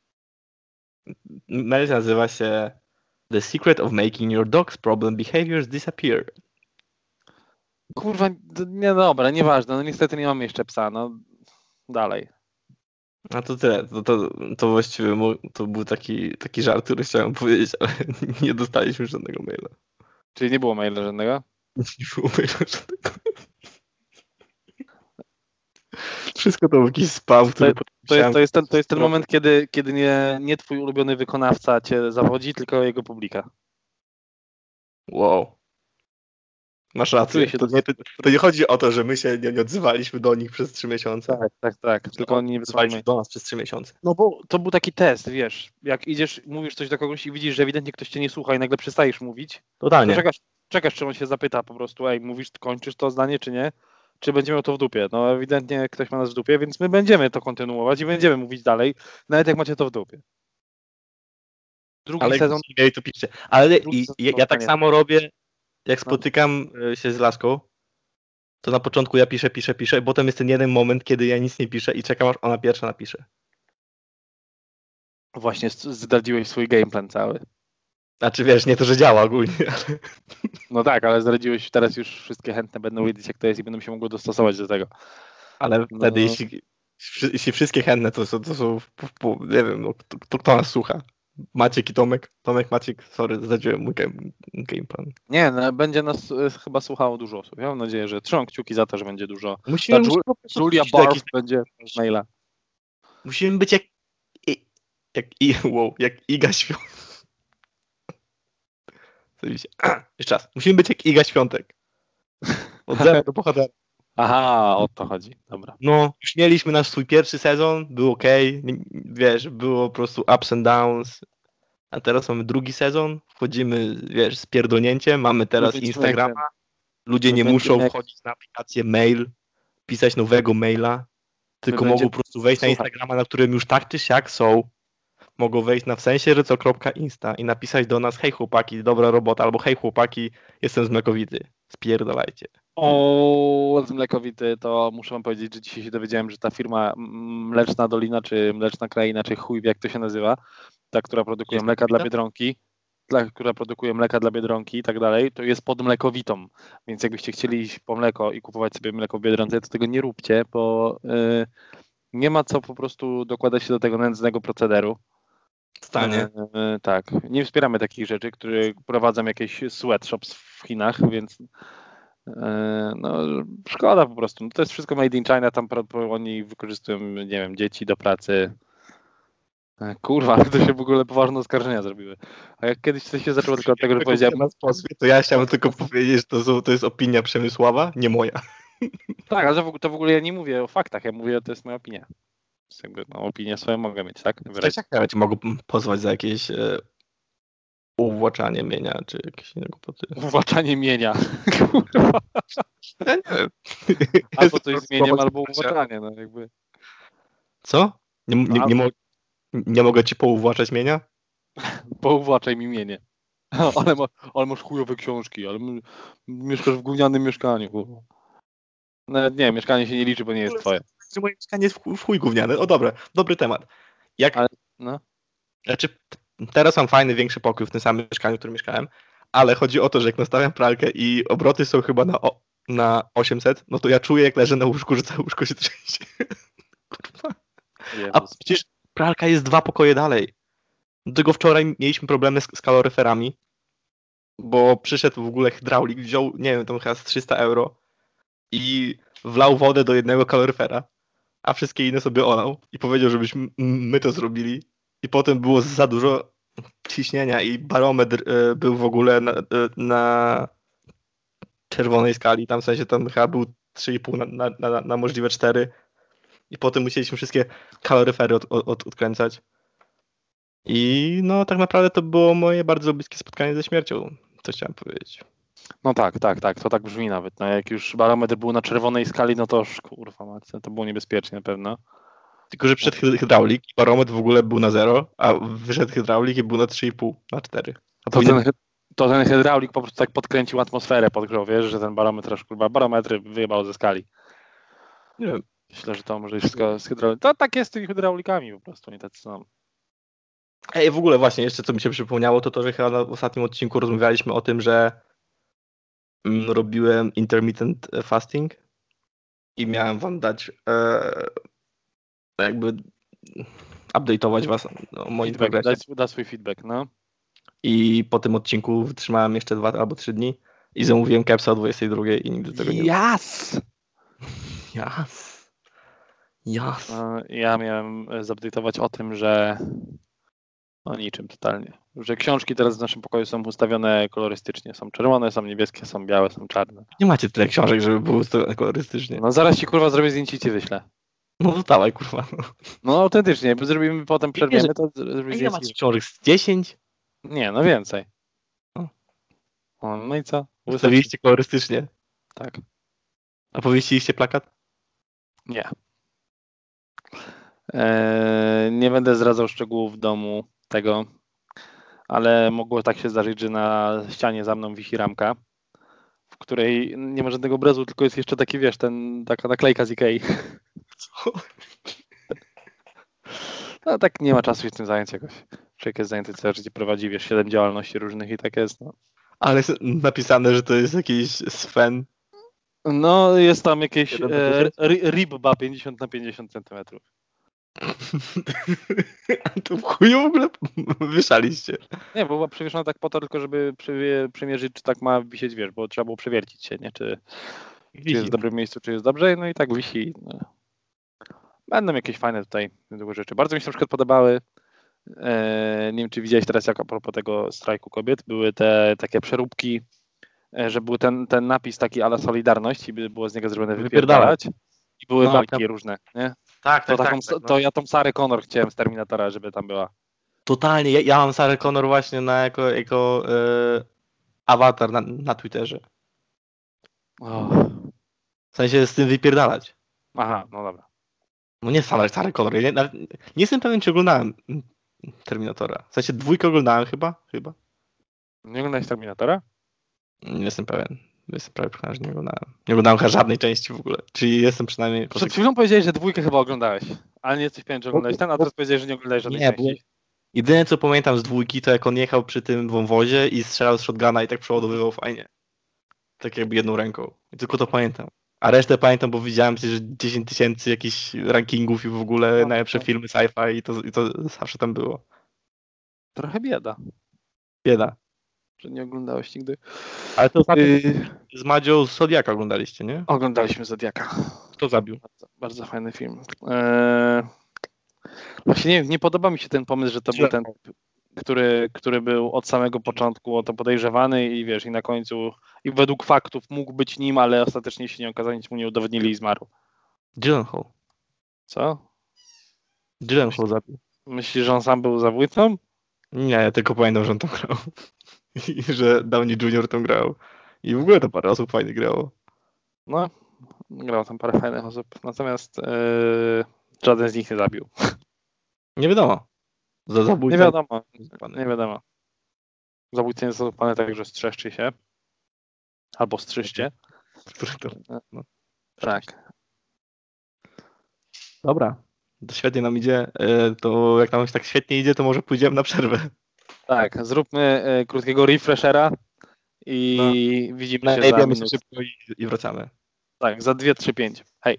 Mail nazywa się The Secret of Making Your Dog's Problem Behaviors Disappear. Kurwa, nie dobra, nieważne. No niestety nie mamy jeszcze psa. No dalej. A to tyle. To, to, to właściwie mój, to był taki, taki żart, który chciałem powiedzieć, ale nie dostaliśmy żadnego maila. Czyli nie było maila żadnego? Nie było maila żadnego. Wszystko to był jakiś spam, który... To, to, jest, to, jest ten, to jest ten moment, kiedy, kiedy nie, nie twój ulubiony wykonawca cię zawodzi, tylko jego publika. Wow. Masz rację. To nie, to, to nie chodzi o to, że my się nie, nie odzywaliśmy do nich przez trzy miesiące. Tak, tak, tak. Tylko oni nie odzywaliśmy do nas przez trzy miesiące. No bo to był taki test, wiesz. Jak idziesz, mówisz coś do kogoś i widzisz, że ewidentnie ktoś cię nie słucha i nagle przestajesz mówić. Totalnie. To czekasz, czekasz, czy on się zapyta po prostu, ej, mówisz, kończysz to zdanie, czy nie? Czy będziemy miał to w dupie? No ewidentnie ktoś ma nas w dupie, więc my będziemy to kontynuować i będziemy mówić dalej, nawet jak macie to w dupie. Drugi Ale sezon... mieli to piszcie. Ale i, sezon ja, ja tak samo robię, jak spotykam się z laską, to na początku ja piszę, piszę, piszę, i potem jest ten jeden moment, kiedy ja nic nie piszę i czekam, aż ona pierwsza napisze. Właśnie zdradziłeś swój gameplan cały. Znaczy wiesz, nie to, że działa ogólnie, ale... No tak, ale zdradziłeś, teraz już wszystkie chętne będą wiedzieć, jak to jest i będą się mogły dostosować do tego. Ale no. wtedy, jeśli, jeśli wszystkie chętne to są, to są nie wiem, no, to, to kto nas słucha? Maciek i Tomek? Tomek, Maciek, sorry, zdradziłem mój game, game plan. Nie, no, będzie nas y, chyba słuchało dużo osób. Ja mam nadzieję, że trzymam kciuki za to, że będzie dużo. Musimy Ju- Julia Barf jakiś... będzie z maila. Musimy być jak jak, i, wow, jak Iga Świątek. Jeszcze raz. Musimy być jak Iga Świątek. Od zera do bohatera. Aha, o to chodzi. Dobra. No, już mieliśmy nasz swój pierwszy sezon, był okej, wiesz, było po prostu ups and downs, a teraz mamy drugi sezon, wchodzimy, wiesz, z pierdolnięciem, mamy teraz Instagrama, ludzie nie muszą wchodzić na aplikację mail, pisać nowego maila, tylko mogą po prostu wejść na Instagrama, na którym już tak czy siak są, mogą wejść na w sensie ryco kropka insta i napisać do nas, hej chłopaki, dobra robota, albo hej chłopaki, jestem z Mlekowity, spierdolajcie. O, z Mlekowity, to muszę wam powiedzieć, że dzisiaj się dowiedziałem, że ta firma Mleczna Dolina, czy Mleczna Kraina, czy chuj wie jak to się nazywa, ta, która produkuje jest mleka dla Biedronki, dla, która produkuje mleka dla Biedronki i tak dalej, to jest pod Mlekowitą, więc jakbyście chcieli iść po mleko i kupować sobie mleko w Biedronce, to tego nie róbcie, bo yy, nie ma co po prostu dokładać się do tego nędznego procederu. Stanie. Yy, tak, nie wspieramy takich rzeczy, które prowadzą jakieś sweatshops w Chinach, więc no szkoda po prostu. No, to jest wszystko made in China, tam oni wykorzystują, nie wiem, dzieci do pracy. Kurwa, to się w ogóle poważne oskarżenia zrobiły. A jak kiedyś coś się zaczęło tylko od tego, że powiedziałem... To ja chciałem tylko powiedzieć, że to, to jest opinia Przemysława, nie moja. Tak, ale to w, ogóle, to w ogóle ja nie mówię o faktach, ja mówię, to jest moja opinia. Jest jakby, no, opinię swoją mogę mieć, tak? Coś jak ja cię mogę pozwać za jakieś e, uwłaczanie mienia, czy jakieś inne głupoty. Uwłaczanie mienia. Ja nie wiem. Albo coś z mieniem, albo uwłaczanie, no jakby. Co? Nie, nie, No, nie, mo- nie mogę ci pouwłaczać mienia? Pouwłaczaj mi mienie. Ale, ma, ale masz chujowe książki, ale m- mieszkasz w gównianym mieszkaniu. kurwa. Nawet nie, mieszkanie się nie liczy, bo nie jest twoje. Że moje mieszkanie jest w chuj- w chuj gówniane. O dobra, dobry temat. Jak, Ale, no. Znaczy, teraz mam fajny, większy pokój w tym samym mieszkaniu, w którym mieszkałem, ale chodzi o to, że jak nastawiam pralkę i obroty są chyba na, o, na osiemset, no to ja czuję, jak leżę na łóżku, że całe łóżko się trzęsie. Kurwa. A Jezus. przecież pralka jest dwa pokoje dalej. Do tego wczoraj mieliśmy problemy z, z kaloryferami, bo przyszedł w ogóle hydraulik, wziął, nie wiem, tam chyba z trzysta euro i wlał wodę do jednego kaloryfera, a wszystkie inne sobie olał i powiedział, żebyśmy my to zrobili. I potem było za dużo ciśnienia i barometr y, był w ogóle na, y, na czerwonej skali, tam w sensie tam chyba był trzy i pół na, na, na, na możliwe cztery. I potem musieliśmy wszystkie kaloryfery od, od, odkręcać. I no tak naprawdę to było moje bardzo bliskie spotkanie ze śmiercią, co chciałem powiedzieć. No tak, tak, tak, to tak brzmi nawet. No, jak już barometr był na czerwonej skali, no to już, kurwa matce, to było niebezpiecznie na pewno. Tylko, że przyszedł hy- hydraulik i barometr w ogóle był na zero, a wyszedł hydraulik i był na trzy i pół, na cztery. A To powinien... ten, hy- to ten hydraulik po prostu tak podkręcił atmosferę, podgrzał, wiesz, że ten barometr, aż kurwa, barometry wyjebał ze skali. Nie wiem. Myślę, że to może być wszystko z hydrauliką. To tak jest z tymi hydraulikami po prostu, nie tacy są. Ej, w ogóle właśnie jeszcze co mi się przypomniało, to to, że chyba na ostatnim odcinku rozmawialiśmy o tym, że mm, robiłem intermittent fasting i miałem wam dać e, jakby update'ować was o moim Feedback, progresie. daj, swój- daj swój feedback, no. I po tym odcinku wytrzymałem jeszcze dwa albo trzy dni i zamówiłem kepsa o dwudziestej drugiej i nigdy tego nie Jas! Jas. Jas. No, ja miałem zupdate'ować o tym, że o niczym totalnie. Że książki teraz w naszym pokoju są ustawione kolorystycznie. Są czerwone, są niebieskie, są białe, są czarne. Nie macie tyle książek, żeby było ustawione kolorystycznie. No zaraz ci kurwa zrobię zdjęcie i ci wyślę. No to dawaj, kurwa. No autentycznie, bo zrobimy potem, przerwiemy to. zrobię Ile zdjęcie. macie książek? Z dziesięć? Nie, no więcej. O. O, no i co? Ustawiliście kolorystycznie. Tak. A powiesiliście plakat? Nie. Eee, nie będę zdradzał szczegółów domu tego, ale mogło tak się zdarzyć, że na ścianie za mną wisi ramka, w której nie ma żadnego obrazu, tylko jest jeszcze taki, wiesz, ten, taka naklejka z Ikei. Co? No tak nie ma czasu się tym zająć jakoś. Człowiek jest zajęty całe życie, prowadzi, wiesz, siedem działalności różnych i tak jest, no. Ale jest napisane, że to jest jakiś Sven. No jest tam jakieś Jeden na e, pięćdziesiąt? ri- ribba pięćdziesiąt na pięćdziesiąt centymetrów. A to w chuju w ogóle wyszaliście. Nie, bo była przewieszona tak po to tylko, żeby przy, przymierzyć, czy tak ma wisieć, wiesz, bo trzeba było przewiercić się, nie? Czy, czy jest w dobrym miejscu, czy jest dobrze, no i tak wisi. No. Będą jakieś fajne tutaj niedługo rzeczy. Bardzo mi się na przykład podobały, e, nie wiem, czy widziałeś teraz, jak a propos tego strajku kobiet, były te takie przeróbki, e, że był ten, ten napis taki ala Solidarność i by było z niego zrobione wypierdalać. I były No, walki tam- różne, nie? Tak, To, taką, to ja tą Sarę Connor chciałem z Terminatora, żeby tam była. Totalnie. Ja, ja mam Sarę Connor właśnie na jako, jako e, awatar na, na Twitterze. Oh. W sensie z tym wypierdalać. Aha, no dobra. No nie Sarę, Sarę Connor. Ja nie, nawet, nie jestem pewien, czy oglądałem Terminatora. W sensie dwójkę oglądałem chyba. chyba. Nie oglądałeś Terminatora? Nie jestem pewien. Jestem prawie przekonany, że nie oglądałem. Nie oglądałem chyba żadnej części w ogóle. Czyli jestem przynajmniej... Przed chwilą powiedziałeś, że dwójkę chyba oglądałeś, ale nie jesteś pewien, że oglądałeś ten, a teraz powiedziałeś, że nie oglądałeś żadnej Nie, części. bo jedyne co pamiętam z dwójki, to jak on jechał przy tym wąwozie i strzelał z shotguna i tak przeładowywał fajnie. Tak jakby jedną ręką. I tylko to pamiętam. A resztę pamiętam, bo widziałem przecież dziesięć tysięcy jakichś rankingów i w ogóle No, najlepsze no. filmy sci-fi i to, i to zawsze tam było. Trochę bieda, Bieda. że nie oglądałeś nigdy. Ale to ostatnio Yy, z Madzią z Zodiaka oglądaliście, nie? oglądaliśmy Zodiaka. Kto zabił? Bardzo, bardzo fajny film. Eee, właśnie nie, nie podoba mi się ten pomysł, że to był ten... który, który był od samego początku o to podejrzewany i wiesz, i na końcu, i według faktów mógł być nim, ale ostatecznie się nie okazał, nic mu nie udowodnili i zmarł. Gyllenhaal. Co? Gyllenhaal zabił. Myślisz, że on sam był zabójcą? Nie, ja tylko pamiętam, że on tam grał. I że Downey junior tam grał. I w ogóle to parę osób fajnie grało. No, grał tam parę fajnych osób, natomiast yy, żaden z nich nie zabił. Nie wiadomo. Za zabójcę. Nie wiadomo, nie wiadomo. Zabójca jest złapany tak, że strzeszczy się. Albo strzyście. Który to? No. Tak. Dobra. To świetnie nam idzie. To jak nam tak świetnie idzie, to może pójdziemy na przerwę. Tak, zróbmy y, krótkiego refreshera i no. widzimy się za minutę. Szybko i, i wracamy. Tak, za dwie, trzy, pięć. Hej.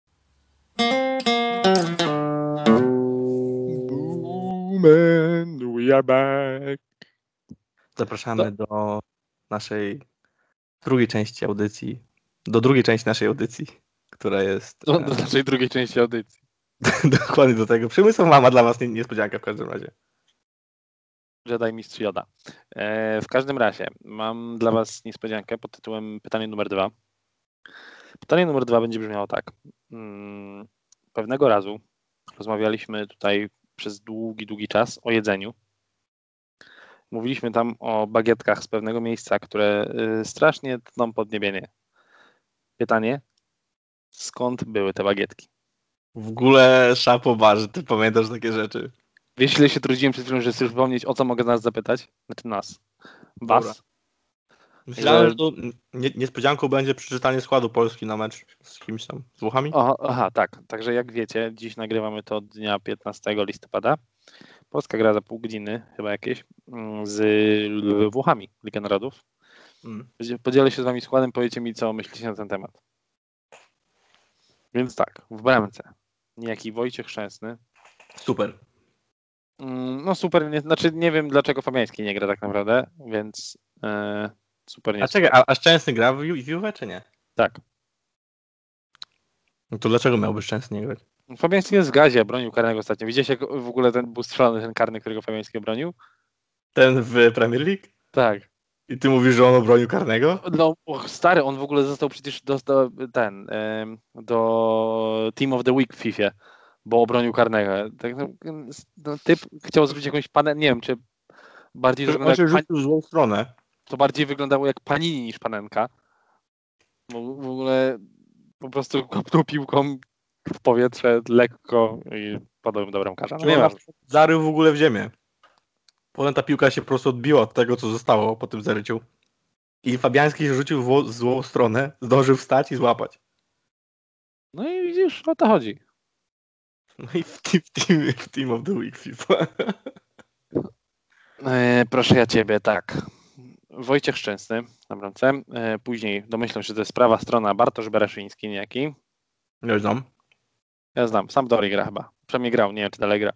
Boom, we are back. Zapraszamy to... do naszej drugiej części audycji. Do drugiej części naszej audycji, która jest... Do, do naszej drugiej części audycji. Dokładnie do tego. Przemysł mama dla was niespodzianka w każdym razie. Jedi Mistrz Yoda. E, w każdym razie mam dla was niespodziankę pod tytułem pytanie numer dwa. Pytanie numer dwa będzie brzmiało tak. Hmm, pewnego razu rozmawialiśmy tutaj przez długi, długi czas o jedzeniu. Mówiliśmy tam o bagietkach z pewnego miejsca, które y, strasznie tną podniebienie. Pytanie, skąd były te bagietki? W ogóle szapoba, że ty pamiętasz takie rzeczy. Wiesz, ile się trudziłem przed chwilą, żeby sobie przypomnieć, o co mogę nas zapytać? Znaczy nas. Was. Dobra. Myślałem, że to nie, niespodzianką będzie przeczytanie składu Polski na mecz z kimś tam, z Włochami. Aha, aha, tak. Także jak wiecie, dziś nagrywamy to dnia piętnastego listopada. Polska gra za pół godziny, chyba jakieś, z Włochami, Liga Narodów. Mm. Podzielę się z wami składem, powiecie mi, co myślicie na ten temat. Więc tak, w bramce niejaki Wojciech Szczęsny. Super. No super, nie, znaczy nie wiem, dlaczego Fabiański nie gra tak naprawdę, więc e, super nie. A czekaj, a, a Szczęsny gra w, w Juve, czy nie? Tak. No to dlaczego miałby Szczęsny nie grać? Fabiański jest w gazie, bronił karnego ostatnio. Widzieliście, jak w ogóle ten był strzelony, ten karny, którego Fabiański bronił? Ten w Premier League? Tak. I ty mówisz, że on obronił karnego? No och, stary, on w ogóle został przecież dostał ten do Team of the Week w FIFA, bo obronił karnego. Tak, no, no, typ chciał zrobić jakąś panę, nie wiem, czy bardziej to wyglądało jak pan... w złą stronę. To bardziej wyglądało jak panini niż panenka. Bo w ogóle po prostu kopnął piłką w powietrze lekko i padł do bramkarza. No, nie wiem. Zarył w ogóle w ziemię. Potem ta piłka się po prostu odbiła od tego, co zostało po tym zaryciu. I Fabiański się rzucił w złą stronę, zdążył wstać i złapać. No i widzisz, o to chodzi. No i w team, w team, w team of the Week FIFA. E, proszę ja ciebie, tak. Wojciech Szczęsny na bramce. E, później domyślam się, że to jest prawa strona Bartosz Bereszyński niejaki. Nie znam. Ja znam. Sam Dori gra chyba. Przynajmniej grał, nie wiem czy dalej gra.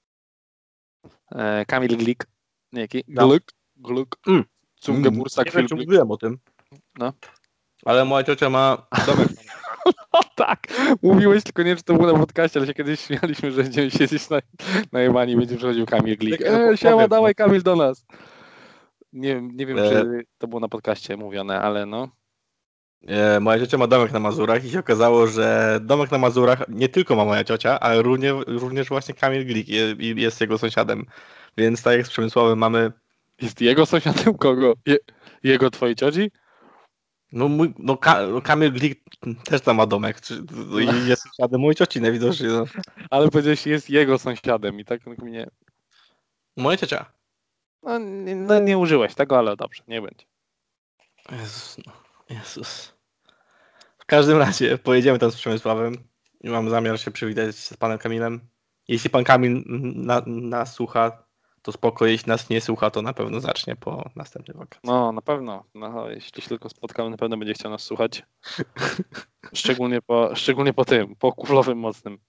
E, Kamil Glik niejaki. Glik. Glik. Mm. Cungebursa Nie wiem, czy mówiłem o tym. No. Ale moja ciocia ma domek. No tak, mówiłeś, tylko nie wiem, czy to było na podcaście, ale się kiedyś śmialiśmy, że będziemy siedzieć na, na Jemani i będzie przychodził Kamil Glik. E, siema, dawaj Kamil do nas. Nie, nie wiem, e... czy to było na podcaście mówione, ale no. E, moja ciocia ma domek na Mazurach i się okazało, że domek na Mazurach nie tylko ma moja ciocia, ale również, również właśnie Kamil Glik jest, jest jego sąsiadem. Więc tak jak z Przemysławem mamy... Jest jego sąsiadem kogo? Je, jego twojej cioci? No, mój, no, Ka, no Kamil Glik też tam ma domek. Czy, no, i jest sąsiadem mojej cioci najwidoczniej. No. Ale powiedziałeś, jest jego sąsiadem i tak mnie... Moja ciocia. No nie, no nie użyłeś tego, ale dobrze, nie będzie. Jezus, no. Jezus. W każdym razie pojedziemy tam z Przemysławem i mam zamiar się przywitać z panem Kamilem. Jeśli pan Kamil na, nas słucha, to spoko. Jeśli nas nie słucha, to na pewno zacznie po następnych wakacjach. No, na pewno. No, jeśli się tylko spotkamy, na pewno będzie chciał nas słuchać. Szczególnie po, szczególnie po tym, po kuflowym mocnym.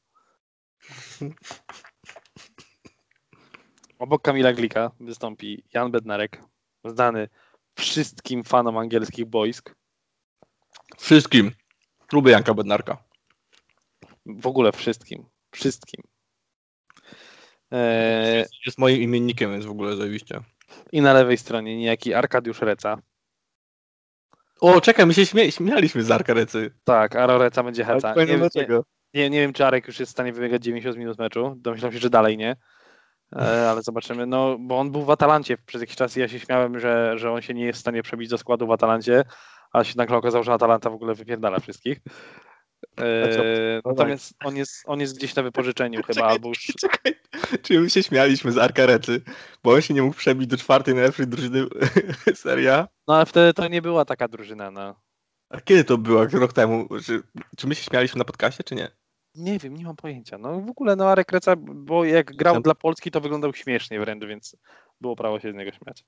Obok Kamila Glika wystąpi Jan Bednarek, znany wszystkim fanom angielskich boisk. Wszystkim. Lubię Janka Bednarka. W ogóle wszystkim. Wszystkim. Eee, Jest moim imiennikiem, więc w ogóle zajebiście. I na lewej stronie niejaki Arkadiusz Reca. O, czekaj, my się śmie- śmialiśmy z Arka Recy. Tak, Aro Reca będzie Ale heca. pamiętam Nie, nie, dlaczego. nie, nie wiem, czy Arek już jest w stanie wybiegać dziewięćdziesiąt minut meczu. Domyślam się, że dalej nie. E, ale zobaczymy. No, bo on był w Atalancie przez jakiś czas i ja się śmiałem, że, że on się nie jest w stanie przebić do składu w Atalancie, a się nagle okazało, że Atalanta w ogóle wypierdala wszystkich. E, natomiast on jest, on jest gdzieś na wypożyczeniu chyba, Czekaj, albo już... Czekaj, czy my się śmialiśmy z Arka Recy, bo on się nie mógł przebić do czwartej najlepszej drużyny seria? No ale wtedy to nie była taka drużyna, no. A kiedy to było? Rok temu? Czy, czy my się śmialiśmy na podcaście, czy nie? Nie wiem, nie mam pojęcia. No w ogóle no Arek Reca, bo jak grał Ten... dla Polski, to wyglądał śmiesznie wręcz, więc było prawo się z niego śmiać.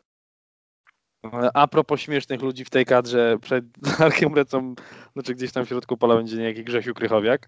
A propos śmiesznych ludzi w tej kadrze, przed Arkiem Recą, znaczy gdzieś tam w środku pola będzie niejaki Grzesiu Krychowiak.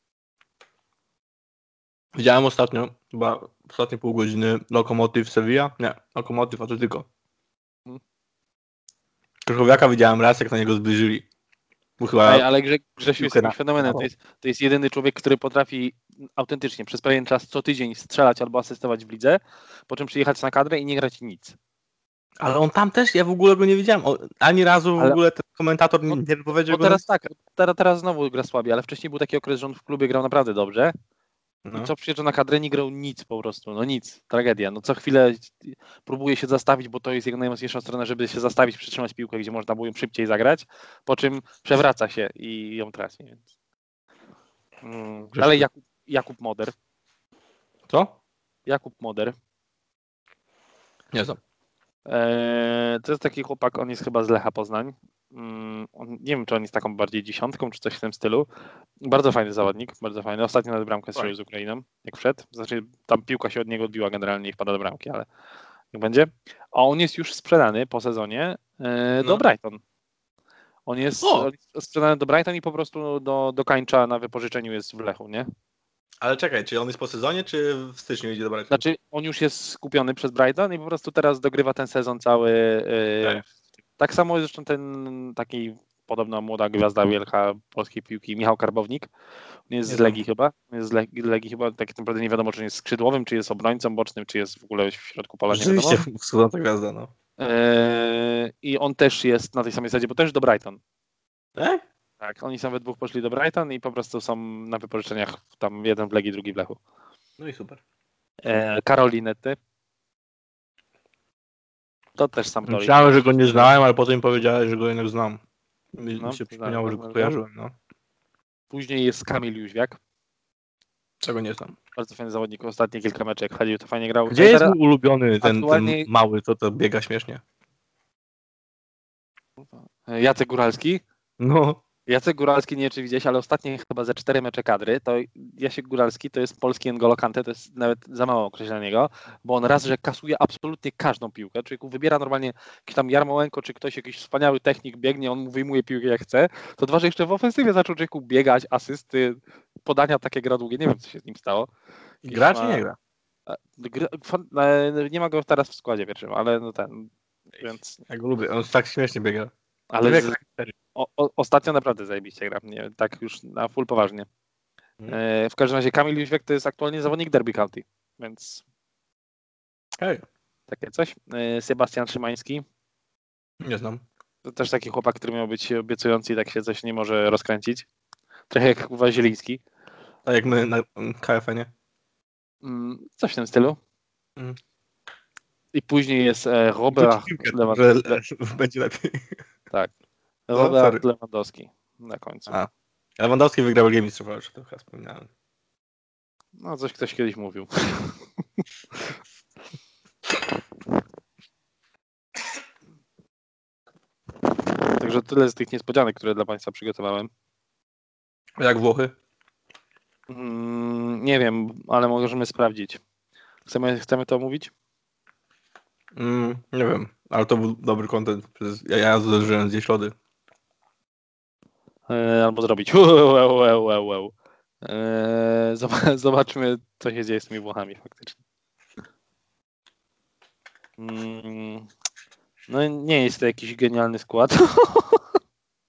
Widziałem ostatnio, chyba ostatnie pół godziny, Lokomotyw Sevilla? Nie, Lokomotyw Atletico. Hmm. Krychowiaka widziałem raz, jak na niego zbliżyli. Chyba... Ej, ale Grze Grzesiu jest jakimś fenomenem. To jest, to jest jedyny człowiek, który potrafi autentycznie przez pewien czas co tydzień strzelać albo asystować w lidze, po czym przyjechać na kadrę i nie grać nic. Ale on tam też, ja w ogóle go nie widziałem. O, ani razu w ale... ogóle ten komentator nie, nie powiedział go. Teraz na... tak, teraz, teraz znowu gra słabiej, ale wcześniej był taki okres, że on w klubie grał naprawdę dobrze. No. I co przyjeżdża na kadrę, nie grał nic po prostu, no nic, tragedia. No co chwilę próbuje się zastawić, bo to jest jego najmocniejsza strona, żeby się zastawić, przytrzymać piłkę, gdzie można było ją szybciej zagrać, po czym przewraca się i ją traci. Więc... Hmm. Ale Jakub, Jakub Moder. Co? Jakub Moder. Nie znam. Eee, to jest taki chłopak, on jest chyba z Lecha Poznań. On, nie wiem, czy on jest taką bardziej dziesiątką, czy coś w tym stylu. Bardzo fajny zawodnik, bardzo fajny. Ostatnio nawet bramkę strzelił z Ukrainą, jak wszedł. Znaczy, tam piłka się od niego odbiła generalnie i wpada do bramki, ale jak będzie. A on jest już sprzedany po sezonie e, do no. Brighton. On jest o! sprzedany do Brighton i po prostu do, do Kańcza na wypożyczeniu jest w Lechu, nie? Ale czekaj, czy on jest po sezonie, czy w styczniu idzie do Brighton? Znaczy, on już jest skupiony przez Brighton i po prostu teraz dogrywa ten sezon cały. E, tak samo zresztą ten taki podobna młoda gwiazda wielka polskiej piłki, Michał Karbownik. On jest nie z Legii chyba. Jest z Legii, Legii chyba, tak naprawdę nie wiadomo, czy jest skrzydłowym, czy jest obrońcą bocznym, czy jest w ogóle w środku pola. Rzeczywiście wschodząca gwiazda, no. Eee, I on też jest na tej samej zasadzie, bo też do Brighton. Tak? Tak, oni są we dwóch poszli do Brighton i po prostu są na wypożyczeniach, tam jeden w Legii, drugi w Lechu. No i super. Eee, Karolinety. To też sam to. Myślałem, że go nie znałem, ale potem powiedziałeś, że go jednak znam. Mi no, się przypomniało, że go kojarzyłem, no. Później jest Kamil Jóźwiak. Czego nie znam. Bardzo fajny zawodnik. Ostatnie kilka meczek chodził, to fajnie grał. Gdzie jest mój ulubiony, ten, aktualnie... ten mały, co to biega śmiesznie? Jacek Góralski? No. Jacek Góralski, nie wiem czy widziałeś, ale ostatnie chyba ze cztery mecze kadry, to Jacek Góralski to jest polski N'Golo Kante, to jest nawet za mało określenia niego, bo on raz, że kasuje absolutnie każdą piłkę, człowieku wybiera normalnie jakiś tam Jarmołenko, czy ktoś, jakiś wspaniały technik biegnie, on mu wyjmuje piłkę jak chce, to dwa, że jeszcze w ofensywie zaczął człowieku biegać, asysty, podania takie gra długie, nie wiem co się z nim stało. Gra czy nie gra? Nie ma go teraz w składzie pierwszym, ale no ten, więc... Ja go lubię, on tak śmiesznie biega. Ale z... o, o, ostatnio naprawdę zajebiście gra, nie, tak już na full poważnie. Hmm. E, w każdym razie Kamil Jóźwiak to jest aktualnie zawodnik Derby County, więc hej. Takie coś. E, Sebastian Szymański. Nie znam. To też taki chłopak, który miał być obiecujący i tak się coś nie może rozkręcić. Trochę jak Kuba Zieliński. A jak my na K F A, nie? Mm, coś w tym stylu. Hmm. I później jest e, Robert Lewandowski. Będzie lepiej. Tak. Robert no, Lewandowski na końcu. A. Lewandowski wygrał Ligę Mistrzów, już to chyba wspomniałem. No, coś ktoś kiedyś mówił. Także tyle z tych niespodzianek, które dla Państwa przygotowałem. Jak Włochy? Mm, nie wiem, ale możemy sprawdzić. Chcemy, chcemy to omówić? Mm, nie wiem, ale to był dobry content. Ja, ja zdążyłem zjeść lody. E, albo zrobić wow, wow, wow, wow, wow. E, zobaczmy, co się dzieje z tymi Włochami faktycznie. Mm, no nie jest to jakiś genialny skład.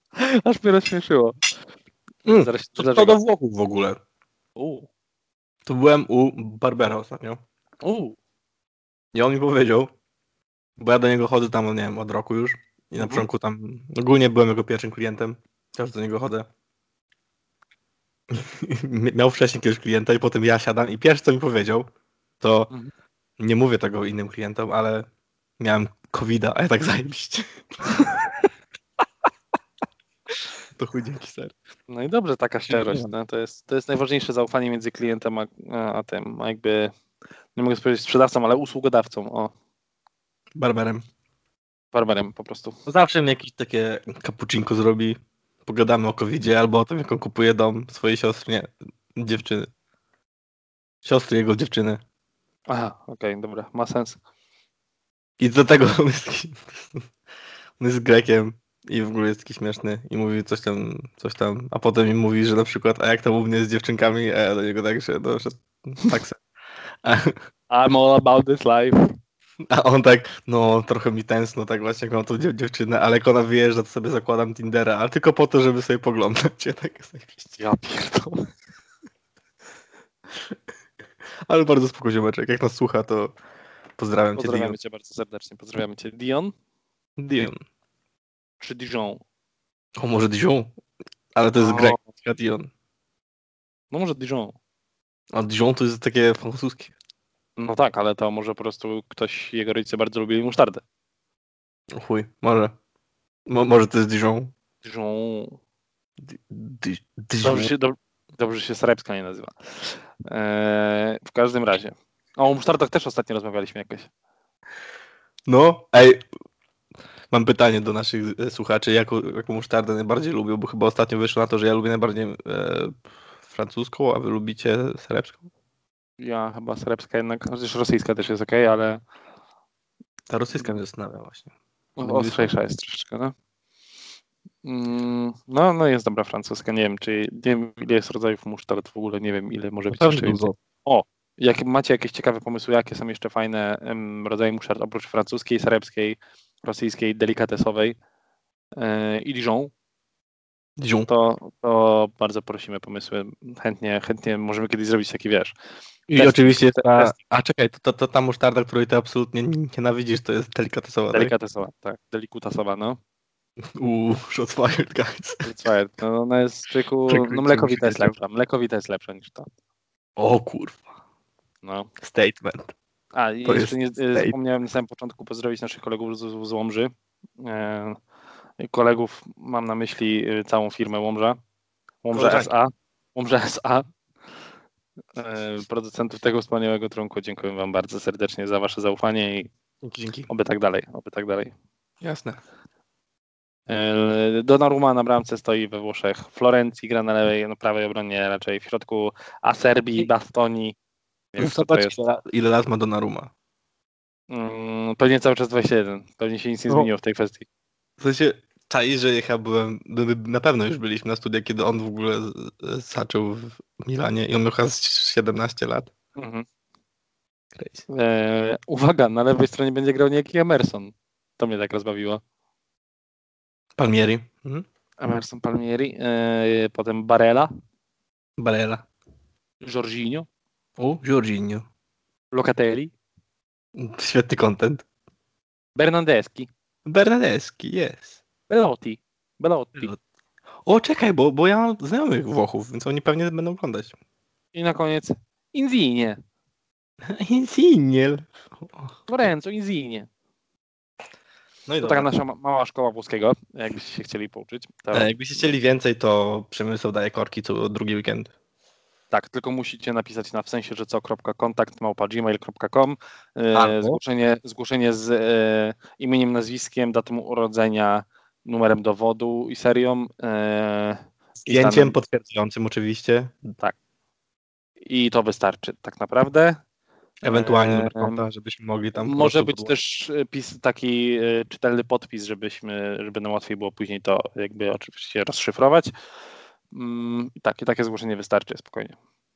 Aż mnie rozśmieszyło. Mm, Zaraz, to, to do Włochów w ogóle. U. to byłem u Barbera ostatnio. U. I on mi powiedział, bo ja do niego chodzę tam, nie wiem, od roku już. I na Mhm. początku tam, ogólnie byłem jego pierwszym klientem. Też do niego chodzę. Miał wcześniej kiedyś klienta i potem ja siadam i pierwsze co mi powiedział, to Mhm. nie mówię tego innym klientom, ale miałem kowida, a ja tak zajebiście. To chuj dzięki ser. No i dobrze, taka szczerość. No, to, jest, to jest najważniejsze zaufanie między klientem a, a, a tym, a jakby, nie mogę powiedzieć sprzedawcą, ale usługodawcą, o, Barberem. barberem po prostu. Zawsze mi jakieś takie cappuccinko zrobi. Pogadamy o covidzie albo o tym, jak on kupuje dom swojej siostry, nie, dziewczyny. Siostry jego dziewczyny. Aha, okej, okay, dobra, ma sens. I do tego on jest, taki, on jest Grekiem i w ogóle jest taki śmieszny i mówi coś tam, coś tam, a potem mi mówi, że na przykład, a jak tam u mnie z dziewczynkami, a ja do niego tak, że no, że tak se. A, I'm all about this life. a on tak, no trochę mi tęskno, tak właśnie jak mam tą dziew- dziewczynę, ale jak ona wyjeżdża, to sobie zakładam Tindera, ale tylko po to, żeby sobie poglądać. Ja tak jest najbliżej. Ja pierdolę. Ale bardzo spoko ziomeczek, jak nas słucha, to pozdrawiam cię, Pozdrawiamy Dion. cię bardzo serdecznie, pozdrawiamy cię. Dion Dion. czy Dijon? O, może Dijon? Ale to jest O. Grek, a Dion. No może Dijon. A Dijon to jest takie francuskie. No tak, ale to może po prostu ktoś, jego rodzice bardzo lubili musztardę. O chuj, może. Mo, może to jest Dijon. Dijon. Di, di, Dijon. Dobrze się, do, dobrze się Sarepska nie nazywa. Eee, w każdym razie. O, o musztardach też ostatnio rozmawialiśmy jakoś. No, ej, mam pytanie do naszych e, słuchaczy, jaką, jaką musztardę najbardziej lubią, bo chyba ostatnio wyszło na to, że ja lubię najbardziej e, francuską, a wy lubicie serebską? Ja chyba Sarepska jednak, chociaż rosyjska też jest okej, ale Ta rosyjska mnie zastanawia właśnie. ostrzejsza jest troszeczkę, no. Mm, No, no jest dobra francuska. Nie wiem, czy nie wiem, ile jest rodzajów musztard w ogóle, nie wiem, ile może być jeszcze więcej. O, jak macie jakieś ciekawe pomysły, jakie są jeszcze fajne em, rodzaje musztard oprócz francuskiej, serebskiej, rosyjskiej, delikatesowej e, i Dijon, Dijon. to, to bardzo prosimy pomysły. Chętnie, chętnie możemy kiedyś zrobić taki, wiesz. I test- oczywiście jest ta, test- a czekaj, to, to, to ta musztarda, której ty absolutnie nienawidzisz, to jest delikatesowa, tak? Delikatesowa, tak, delikutasowa, no. Uuu, shots fired, guys. Słuchaj, no ona jest czyku, Czekaj, no mlekowita czekaj, jest lepsza, mlekowita jest lepsza niż to. O kurwa. No. Statement. A, i To jeszcze nie jest e, state. zapomniałem na samym początku pozdrowić naszych kolegów z, z Łomży. E, kolegów, mam na myśli e, całą firmę Łomża. Łomża Koleżanki. S A. Łomża S A. E, producentów tego wspaniałego trunku. Dziękuję wam bardzo serdecznie za wasze zaufanie i Dzięki, dzięki. oby tak dalej, oby tak dalej. Jasne. E, Donnarumma na bramce stoi we Włoszech. Florencji gra na lewej, na prawej obronie raczej. W środku Acerbi, Bastoni. Nie wiem, kto to Zobacz, jest. ile, lat- ile lat ma Donnarumma. Mm, pewnie cały czas dwadzieścia jeden. Pewnie się nic nie No. zmieniło w tej kwestii. W sensie, czai, że ja byłem, my- my na pewno już byliśmy na studiach, kiedy on w ogóle z- z- zaczął w Milanie i on miał chyba z siedemnaście lat. Mhm. Crazy. E, uwaga, na lewej stronie będzie grał niejaki Emerson. To mnie tak rozbawiło. Palmieri. Mhm. Emerson Palmieri. E, potem Barella, Barella. Jorginho, O, Jorginho. Locatelli, Świetny content. Bernardeschi, Bernadeschi, jest. Belotti. Belotti. O, czekaj, bo, bo ja mam znajomych Włochów, więc oni pewnie będą oglądać. I na koniec Insigne. Insigne. Lorenzo Insigne. No i To dobra. taka nasza ma- mała szkoła włoskiego, jakbyście się chcieli pouczyć. To, E, Jakbyście chcieli więcej, to Przemysł daje korki co drugi weekend. tak, tylko musicie napisać na w sensie, że co, kropka, kontakt małpa gmail kropka com, e, Albo? zgłoszenie, zgłoszenie z e, imieniem, nazwiskiem, datą urodzenia, numerem dowodu i serią. E, i Zdjęciem stanem- potwierdzającym oczywiście. I to wystarczy tak naprawdę. Ewentualnie Eee, numer konta, żebyśmy mogli tam po Może prostu być podło- też e, pis, taki e, czytelny podpis, żebyśmy, żeby nam łatwiej było później to jakby oczywiście rozszyfrować. Mm, i tak, i takie zgłoszenie wystarczy spokojnie.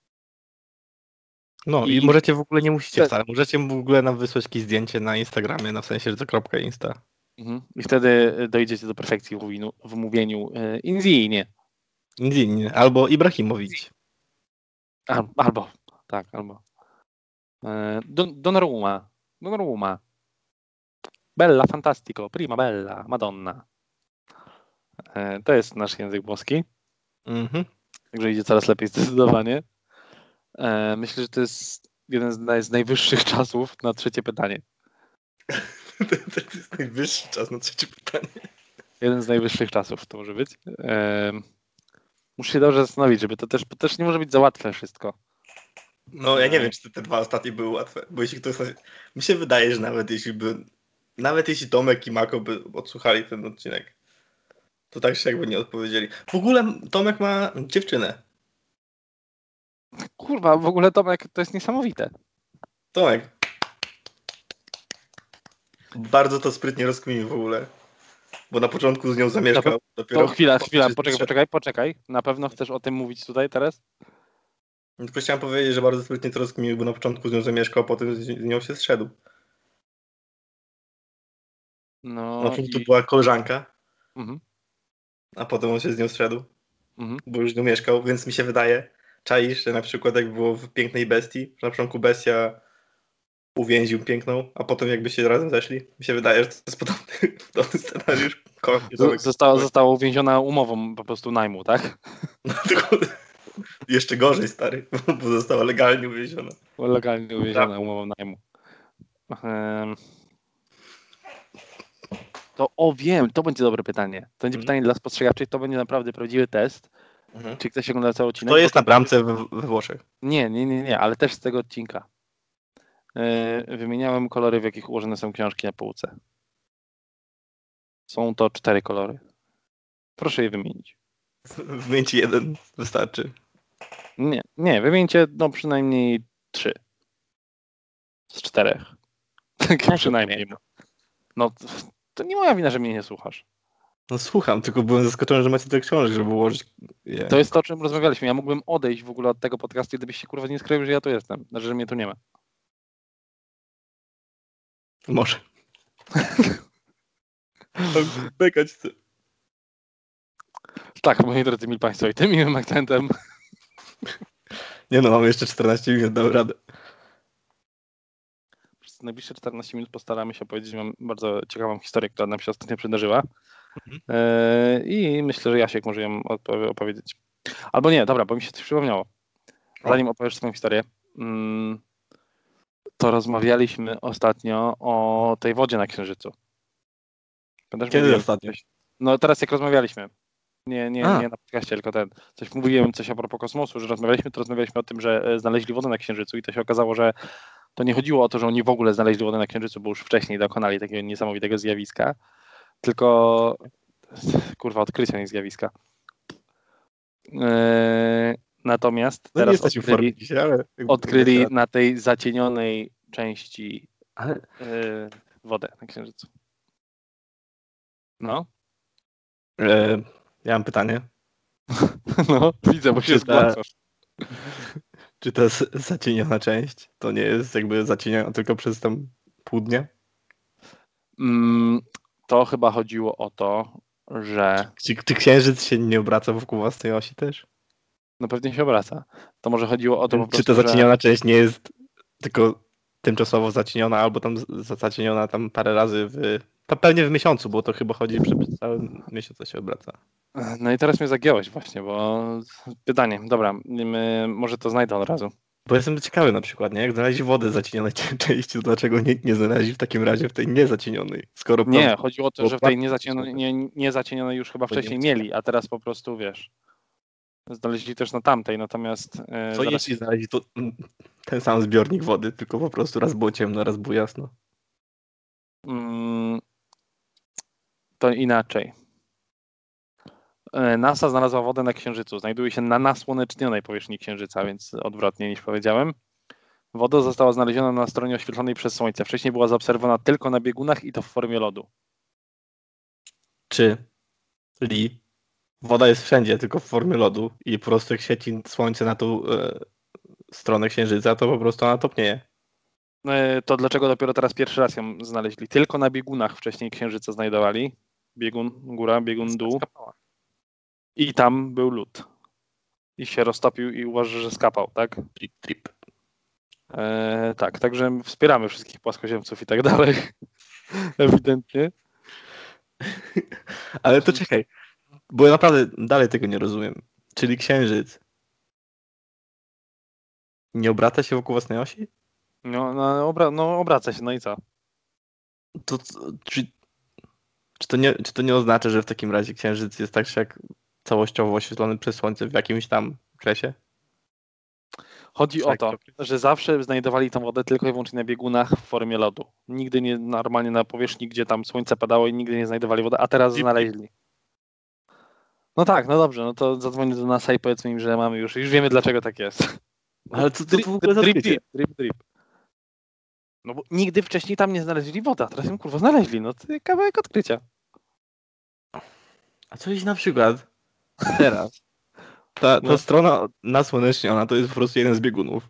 No i, i- możecie w ogóle nie musicie te- wcale. Możecie w ogóle nam wysłać jakieś zdjęcie na Instagramie, na w sensie, że to kropka insta. Mhm. I wtedy dojdziecie do perfekcji w mówieniu, w mówieniu e, Insigne. Nic inny. Albo Ibrahimowicz. Al- Albo tak, albo e, Don, Donnarumma. Donnarumma. Bella, fantastico, prima bella, Madonna. E, to jest nasz język włoski. Mhm. Także idzie coraz lepiej zdecydowanie. E, myślę, że to jest jeden z, naj, z najwyższych czasów na trzecie pytanie. To jest najwyższy czas na trzecie pytanie. Jeden z najwyższych czasów to może być. E, muszę się dobrze zastanowić, żeby to też, bo też nie może być za łatwe wszystko. No ja nie wiem, czy te, te dwa ostatnie były łatwe, bo jeśli ktoś... Mi się wydaje, że nawet jeśli by... Nawet jeśli Tomek i Mako by odsłuchali ten odcinek, to tak się jakby nie odpowiedzieli. W ogóle Tomek ma dziewczynę. Kurwa, w ogóle Tomek, to jest niesamowite. Tomek. Bardzo to sprytnie rozkminił w ogóle. Bo na początku z nią zamieszkał. To, dopiero to chwila, chwila, się poczekaj, zbliża. poczekaj, poczekaj. Na pewno chcesz o tym mówić tutaj teraz? Tylko chciałem powiedzieć, że bardzo sprytnie to rozkminił, bo na początku z nią zamieszkał, a potem z z nią się zszedł. No Na początku i... była koleżanka, Mhm, a potem on się z nią zszedł, mhm. bo już z nią mieszkał, więc mi się wydaje, czaisz, że na przykład jak było w Pięknej Bestii, że na początku Bestia uwięził Piękną, a potem jakby się razem zeszli. Mi się wydaje, że to jest podobny, podobny scenariusz. Z- Została, została uwięziona umową po prostu najmu, tak? No, tylko jeszcze gorzej, stary, bo została legalnie uwięziona. Legalnie uwięziona umową najmu. Ehm, To o wiem, to będzie dobre pytanie. To będzie Mhm. pytanie dla spostrzegawczych, to będzie naprawdę prawdziwy test. Mhm. Czy ktoś ogląda cały odcinek? To jest Bo na bramce we, we Włoszech. Nie, nie, nie, nie, ale też z tego odcinka. Yy, wymieniałem kolory, w jakich ułożone są książki na półce. Są to cztery kolory. Proszę je wymienić. Wymięci jeden, wystarczy. Nie, nie, wymieńcie no przynajmniej trzy. Z czterech. Tak No, przynajmniej. No to, to nie moja wina, że mnie nie słuchasz. No słucham, tylko byłem zaskoczony, że macie tyle książek, żeby ułożyć je. To jest to, o czym rozmawialiśmy. Ja mógłbym odejść w ogóle od tego podcastu, gdybyś się kurwa nie skrył, że ja tu jestem. Znaczy, że mnie tu nie ma. Może. Bekać chcę. Tak, moi drodzy mili Państwo, i tym miłym akcentem. Nie no, mamy jeszcze czternaście minut, dam radę. Przez najbliższe czternaście minut postaramy się opowiedzieć Wam bardzo ciekawą historię, która nam się ostatnio przydarzyła. Mhm. Yy, I myślę, że Jasiek może ją odpowie- opowiedzieć. Albo nie, dobra, bo mi się coś przypomniało. Zanim opowiesz swoją historię, mm, to rozmawialiśmy ostatnio o tej wodzie na Księżycu. Pamiętasz, Kiedy mówiłem ostatnio? coś? No teraz jak rozmawialiśmy. Nie, nie, A. nie na podcaście, tylko ten. Coś mówiłem, coś a propos kosmosu, że rozmawialiśmy, to rozmawialiśmy o tym, że e, znaleźli wodę na Księżycu i to się okazało, że to nie chodziło o to, że oni w ogóle znaleźli wodę na Księżycu, bo już wcześniej dokonali takiego niesamowitego zjawiska, tylko kurwa, odkrycia, nie zjawiska. Yy, natomiast No nie teraz jesteśmy w formie odkryli, dzisiaj, ale... jakby- odkryli jakby- na tej zacienionej części Ale yy, wodę na Księżycu. No, e, ja mam pytanie. no, widzę, bo się Czy ta- zgłaszasz. Czy ta z- zacieniona część to nie jest jakby zacieniona tylko przez tam pół dnia? Mm, to chyba chodziło o to, że Czy, czy księżyc się nie obraca wokół własnej osi też? no pewnie się obraca. To może chodziło o to po Czy prostu, ta że... zacieniona część nie jest tylko tymczasowo zacieniona, albo tam z- zacieniona tam parę razy w... To pewnie w miesiącu, bo to chyba chodzi, że przez cały miesiąc się obraca. No i teraz mnie zagiąłeś właśnie, bo pytanie, dobra, my, może to znajdę od razu. Bo jestem ciekawy na przykład, nie? Jak znaleźli wodę zacienionej części, to dlaczego nie, nie znaleźli w takim razie w tej niezacienionej? Skoro Nie, tam chodziło o to, było że w tej płatne niezacienionej, nie, niezacienionej już chyba Bo nie wcześniej zacienionej. mieli, a teraz po prostu, wiesz, znaleźli też na tamtej, natomiast... e, Co zaraz- jeśli znaleźli to, ten sam zbiornik wody, tylko po prostu raz było ciemno, raz było jasno? Mm, to inaczej. E, NASA znalazła wodę na Księżycu. Znajduje się na nasłonecznionej powierzchni Księżyca, więc odwrotnie niż powiedziałem. Woda została znaleziona na stronie oświetlonej przez Słońce. Wcześniej była zaobserwowana tylko na biegunach i to w formie lodu. Czy li woda jest wszędzie, tylko w formie lodu i po prostu jak świeci słońce na tą e, stronę księżyca, to po prostu ona topnieje? E, To dlaczego dopiero teraz pierwszy raz ją znaleźli? Tylko na biegunach wcześniej Księżyca znajdowali. Biegun góra, biegun dół. I tam był lód. I się roztopił i uważa, że skapał, tak? Trip, trip. E, tak, także wspieramy wszystkich płaskoziemców i tak dalej. Ewidentnie. Ale to czekaj, bo ja naprawdę dalej tego nie rozumiem. Czyli Księżyc nie obraca się wokół własnej osi? No, no, obra- no obraca się, no i co? To, czy, czy, to nie, czy to nie oznacza, że w takim razie Księżyc jest tak czy jak całościowo oświetlony przez Słońce w jakimś tam okresie? Chodzi o Tak, to, że zawsze znajdowali tą wodę tylko i wyłącznie na biegunach w formie lodu. Nigdy nie normalnie na powierzchni, gdzie tam słońce padało i nigdy nie znajdowali wody, a teraz znaleźli. No tak, no dobrze, no to zadzwonię do NASA i powiedzmy im, że mamy już, już wiemy dlaczego tak jest. Ale co to, to w ogóle za drip, odkrycie? drip, drip, drip. No bo nigdy wcześniej tam nie znaleźli wody, a teraz ją kurwa znaleźli, no to kawałek odkrycia. A co jeśli na przykład teraz ta, ta No. strona nasłoneczniona to jest po prostu jeden z biegunów?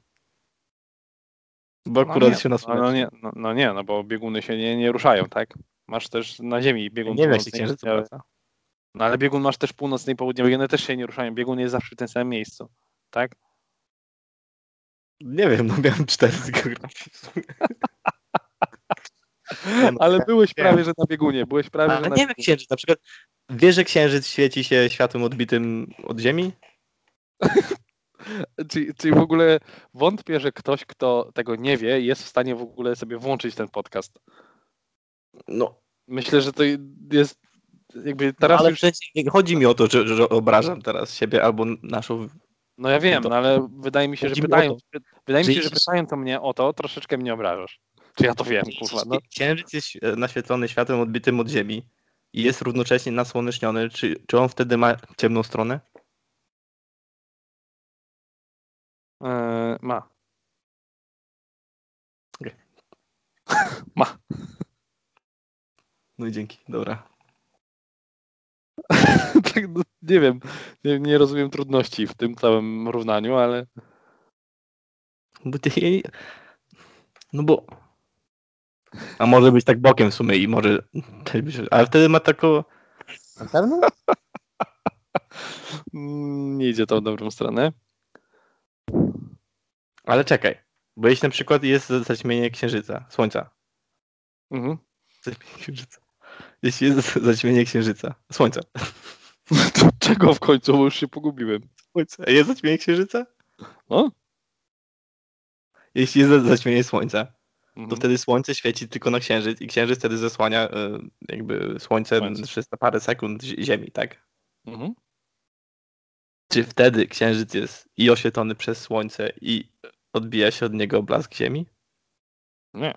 Bo No akurat nie, się no, nasłoneczni. no, nie, no, no nie, no bo bieguny się nie, nie ruszają, tak? Masz też na Ziemi biegun Nie wiem, jak się północny i Księżyc południowy. obraca. No ale biegun masz też północny i południowy, one też się nie ruszają. Biegun jest zawsze w tym samym miejscu, tak? Nie wiem, no miałem cztery z geografii w sumie. Nie, no, Ale ja byłeś wiem. prawie, że na biegunie, byłeś prawie, Ale że na nie wiem jak biegunie. Księżyc, na przykład wiesz, że Księżyc świeci się światłem odbitym od Ziemi? Czyli, czyli w ogóle wątpię, że ktoś, kto tego nie wie, jest w stanie w ogóle sobie włączyć ten podcast. No, Myślę, że to jest jakby no teraz ale już... w sensie nie chodzi mi o to, że, że obrażam teraz siebie albo naszą... No ja wiem, to- no ale wydaje mi się, że Chodzi mi o pytając, to, wydaje mi że się, że jeśli- pytając o mnie o to, troszeczkę mnie obrażasz. Czy ja to wiem, kurwa, no. Księżyc jest e, naświetlony światłem odbitym od Ziemi i jest równocześnie nasłoneczniony, czy, czy on wtedy ma ciemną stronę? Eee, ma. Okej. Ma. No i dzięki, dobra. Tak, no, nie wiem, nie, nie rozumiem trudności w tym całym równaniu, ale Bo ty, no bo... A może być tak bokiem w sumie i może... Ale wtedy ma taką... Lanterną? mm, nie idzie to w dobrą stronę. Ale czekaj, bo jeśli na przykład jest zaćmienie księżyca, słońca. Mhm. Zaćmienie księżyca. Jeśli jest zaćmienie księżyca, słońca. To czego w końcu, bo już się pogubiłem. Słońca. Jest zaćmienie księżyca? O? Jeśli jest zaćmienie słońca, to Mhm. wtedy słońce świeci tylko na księżyc i księżyc wtedy zasłania y, jakby słońce Słońce. przez na parę sekund zi- ziemi, tak? Mhm. Czy wtedy księżyc jest i oświetlony przez słońce i odbija się od niego blask ziemi? Nie.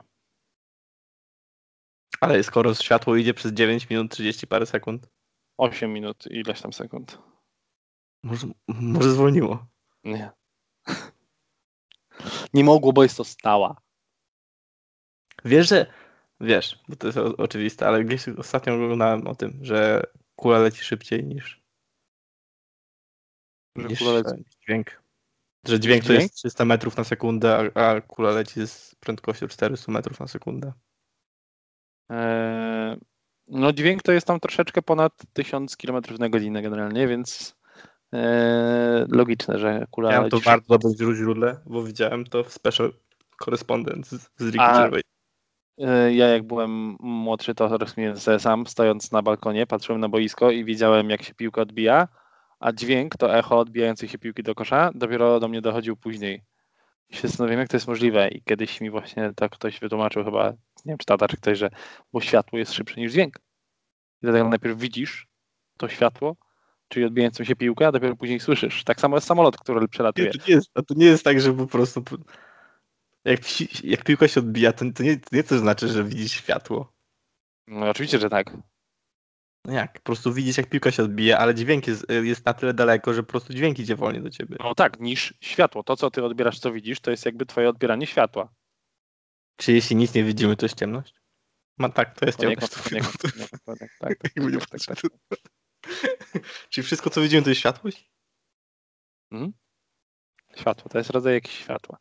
Ale skoro światło idzie przez dziewięć minut trzydzieści parę sekund, osiem minut i ileś tam sekund. może, może zwolniło. Nie. Nie mogło, bo jest to stała. Wiesz, że wiesz, bo to jest o- oczywiste, ale gdzieś ostatnio oglądałem o tym, że kula leci szybciej niż, Że niż kula leci. e, dźwięk. Że dźwięk to Dźwięk? jest trzysta metrów na sekundę, a, a kula leci z prędkością czterysta metrów na sekundę. Eee, no dźwięk to jest tam troszeczkę ponad tysiąc kilometrów na godzinę generalnie, więc eee, logiczne, że kula Miałem to leci w bardzo dobrym źródle, bo widziałem to w Special Correspondent z, z Ricky A- Gervais. E, Ja jak byłem młodszy, to rozumiem sobie sam, stojąc na balkonie, patrzyłem na boisko i widziałem, jak się piłka odbija, a dźwięk, to echo odbijającej się piłki do kosza, dopiero do mnie dochodził później. I się zastanawiam, jak to jest możliwe. I kiedyś mi właśnie tak ktoś wytłumaczył chyba, nie wiem, czy tata, czy ktoś, że bo światło jest szybsze niż dźwięk. I dlatego najpierw widzisz to światło, czyli odbijającą się piłkę, a dopiero później słyszysz. Tak samo jest samolot, który przelatuje. Nie, to nie jest, a to nie jest tak, że po prostu po- jak, pi- jak piłka się odbija, to, to, nie, to nie to znaczy, że widzisz światło. No oczywiście, że tak. No jak? Po prostu widzisz, jak piłka się odbija, ale dźwięk jest, jest na tyle daleko, że po prostu dźwięk idzie wolniej do ciebie. No tak, niż światło. To, co ty odbierasz, co widzisz, to jest jakby twoje odbieranie światła. Czy jeśli nic nie widzimy, to jest ciemność? Ma, tak, to jest Poniekąd, ciemność. poniekąd, poniekąd, poniekąd, tak, tak, Jakby nie tak, tak, tak. patrzeć. Czyli wszystko, co widzimy, to jest światłość? Mhm. Światło, to jest rodzaj jakiś światła.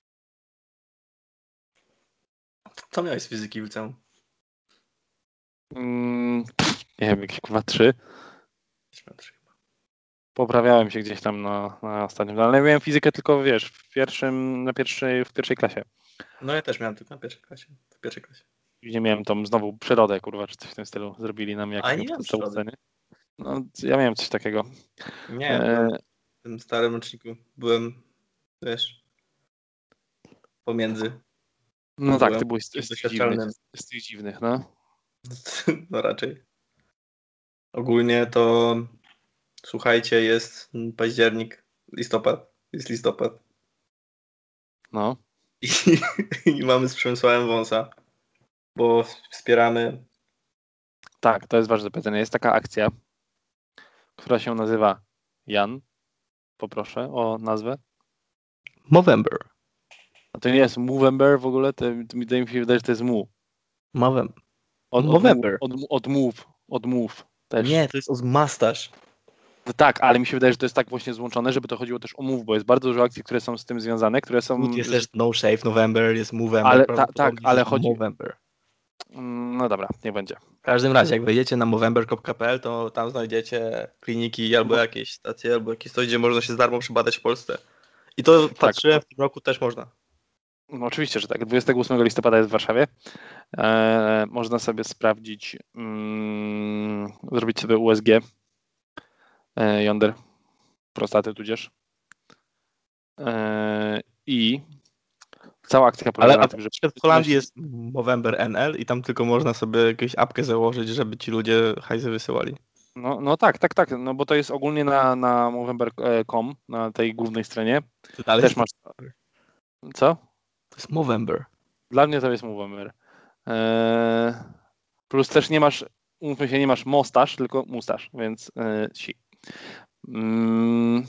Co miałeś z fizyki w liceum? Mm, pff, nie wiem, jakieś kurwa trzy. Poprawiałem się gdzieś tam na, na ostatnim, ale ja miałem fizykę tylko, wiesz, w pierwszym, na pierwszej, w pierwszej klasie. No ja też miałem tylko na pierwszej klasie. W pierwszej klasie. Gdzie miałem tam znowu przyrodę, kurwa, czy coś w tym stylu. Zrobili nam jak A nie w miałem podstawówce, przyrody. nie? No, ja miałem coś takiego. Nie, E, byłem w tym starym roczniku. Byłem, wiesz, pomiędzy. no Nie tak, byłem ty byłeś z, takim z tych dziwnych, doświadczalnym. z tych dziwnych, no. No raczej. Ogólnie to słuchajcie, jest październik, listopad. Jest listopad. No. I, i mamy z Przemysławem wąsa, bo wspieramy. Tak, to jest ważne pytanie. Jest taka akcja, która się nazywa Jan. Poproszę o nazwę. Movember. A to nie jest Movember w ogóle, to, to mi to mi się wydaje, że to jest Mu. Movember. Od, od, Movember. od, od Move, od Move też. Nie, to jest od Mustache. No tak, ale mi się wydaje, że to jest tak właśnie złączone, żeby to chodziło też o Move, bo jest bardzo dużo akcji, które są z tym związane, które są... Good jest też No Shave November, jest Movember. Ale ta, tak, ale chodzi... Movember. No dobra, nie będzie. W każdym razie, jak wejdziecie na movember kropka p l, to tam znajdziecie kliniki albo jakieś stacje, albo jakieś coś, gdzie można się za darmo przebadać w Polsce. I to patrzyłem, tak. w tym roku też można. No oczywiście, że tak. dwudziestego ósmego listopada jest w Warszawie. E, można sobie sprawdzić, mm, zrobić sobie U S G e, jąder, prostaty tudzież. E, I cała akcja polega Ale na tym, że... w Holandii jest Movember N L i tam tylko można sobie jakąś apkę założyć, żeby ci ludzie hajsy wysyłali. No, no tak, tak, tak, no bo to jest ogólnie na, na movember kropka com, na tej głównej stronie. Dalej Też masz... Co? To jest Movember. Dla mnie to jest Movember. Eee, plus też nie masz, umówmy się, nie masz mostaż, tylko mustaż, więc e, si. Mm.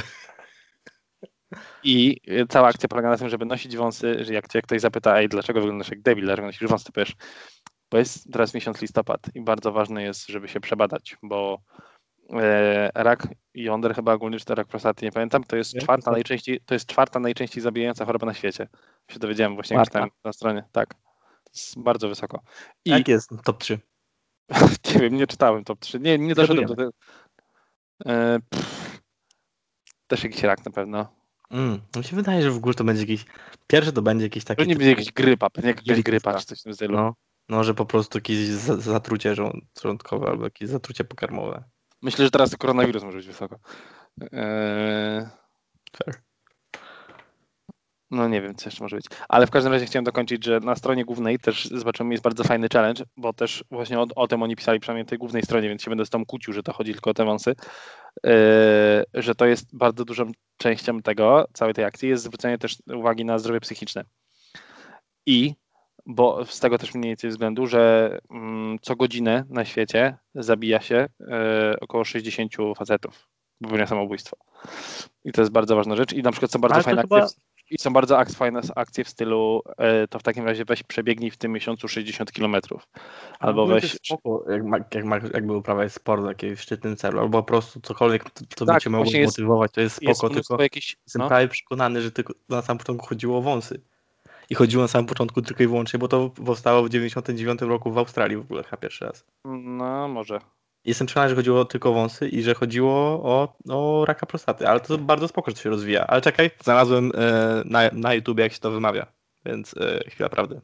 I cała akcja polega na tym, żeby nosić wąsy, że jak cię ktoś zapyta, ej, dlaczego wyglądasz jak debil, dlaczego nosisz wąsy, to powiesz, bo jest teraz miesiąc listopad i bardzo ważne jest, żeby się przebadać, bo e, rak jąder chyba ogólnie, czy to rak prostaty, nie pamiętam, to jest, czwarta najczęściej, to jest czwarta najczęściej zabijająca choroba na świecie. Się dowiedziałem właśnie, jak czytałem na stronie. Tak, to jest bardzo wysoko. I, jak jest top trzy? nie wiem, nie czytałem top trzy. Nie, nie doszedłem do tego. E, też jakiś rak na pewno. Mm, mi się wydaje, że w ogóle to będzie jakiś... Pierwszy to będzie jakiś taki... Pewnie będzie jakiś grypa, pewnie jakaś grypa, czy coś w tym stylu. No, no, że po prostu jakieś zatrucie żołądkowe albo jakieś zatrucie pokarmowe. Myślę, że teraz to koronawirus może być wysoko. Eee... Fair. No nie wiem, co jeszcze może być. Ale w każdym razie chciałem dokończyć, że na stronie głównej też zobaczymy, jest bardzo fajny challenge, bo też właśnie o, o tym oni pisali przynajmniej na tej głównej stronie, więc się będę z tą kłócił, że to chodzi tylko o te wąsy. Eee, że to jest bardzo dużą częścią tego, całej tej akcji, jest zwrócenie też uwagi na zdrowie psychiczne. I bo z tego też mniej więcej względu, że mm, co godzinę na świecie zabija się e, około sześćdziesięciu facetów, popełnia samobójstwo. I to jest bardzo ważna rzecz. I na przykład są bardzo Ale fajne chyba... akcje, w, i są bardzo ak- fajne akcje w stylu e, to w takim razie weź przebiegnij w tym miesiącu sześćdziesiąt kilometrów. Albo weź... Spoko, jak, ma, jak, ma, jakby uprawiać sport w jakimś szczytnym celu, albo po prostu cokolwiek, co Tak, by cię mogło właśnie jest- zmotywować, to jest Jest spoko, tylko jakieś, jestem no, prawie przekonany, że tylko na samym początku chodziło o wąsy. I chodziło na samym początku tylko i wyłącznie, bo to powstało w dziewięćdziesiątym dziewiątym roku w Australii w ogóle chyba pierwszy raz. no może. Jestem przekonany, że chodziło tylko o wąsy i że chodziło o, o raka prostaty, ale to bardzo spoko, że to się rozwija. Ale czekaj, znalazłem e, na, na YouTube, jak się to wymawia, więc e, chwila prawdy.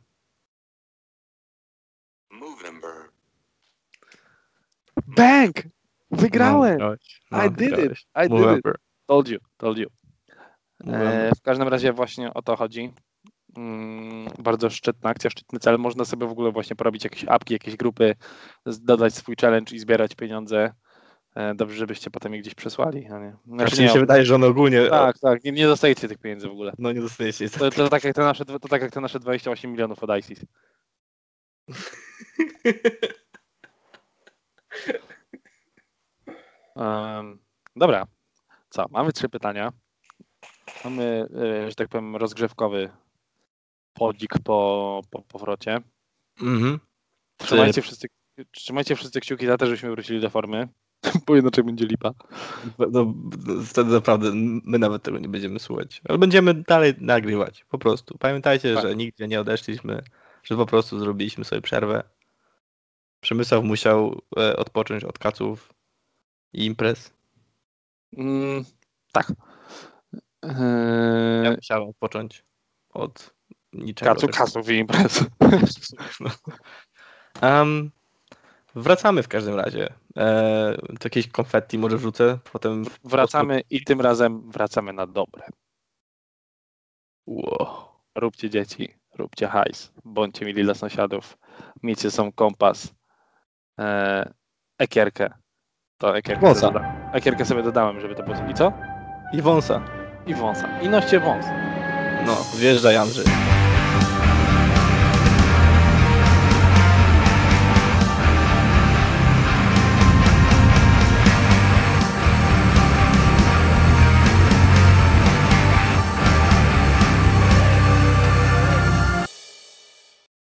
Movember. Bang! Wygrałem! No, no, I did wygrałeś. it! I did Movember. it! Told you, told you. Movember. E, w każdym razie właśnie o to chodzi. Mm, bardzo szczytna akcja, szczytny cel. Można sobie w ogóle właśnie porobić jakieś apki, jakieś grupy, z- dodać swój challenge i zbierać pieniądze. E, dobrze, żebyście potem je gdzieś przesłali. A nie. Znaczy, Znaczy mi się wydaje, że on ogólnie... Tak, tak, nie, nie dostajecie tych pieniędzy w ogóle. No nie dostajecie. To, to, tak jak te nasze, to tak jak te nasze dwadzieścia osiem milionów od ISIS. Um, dobra, co? Mamy trzy pytania. Mamy, e, że tak powiem, rozgrzewkowy podzik po, po powrocie. Mhm. Trzymajcie wszyscy, trzymajcie wszyscy kciuki za to, żebyśmy wrócili do formy, bo inaczej będzie lipa. No, wtedy naprawdę my nawet tego nie będziemy słuchać. Ale będziemy dalej nagrywać, po prostu. Pamiętajcie, Tak. że nigdzie nie odeszliśmy, że po prostu zrobiliśmy sobie przerwę. Przemysław musiał e, odpocząć od kaców i imprez. Mm, tak. Ja Yy, musiałem odpocząć od niczego. kacu, kasów i imprez. No. Um, wracamy w każdym razie. E, to jakieś konfetti może wrzucę, potem... Wracamy i tym razem wracamy na dobre. Wow. Róbcie dzieci, róbcie hajs, bądźcie mili dla sąsiadów, miejcie są kompas, e, ekierkę. To ekierkę Wąsa. sobie, doda- ekierkę sobie dodałem, żeby to było. I co? I wąsa. I wąsa. I noście wąs. No, zjeżdżaj Andrzej.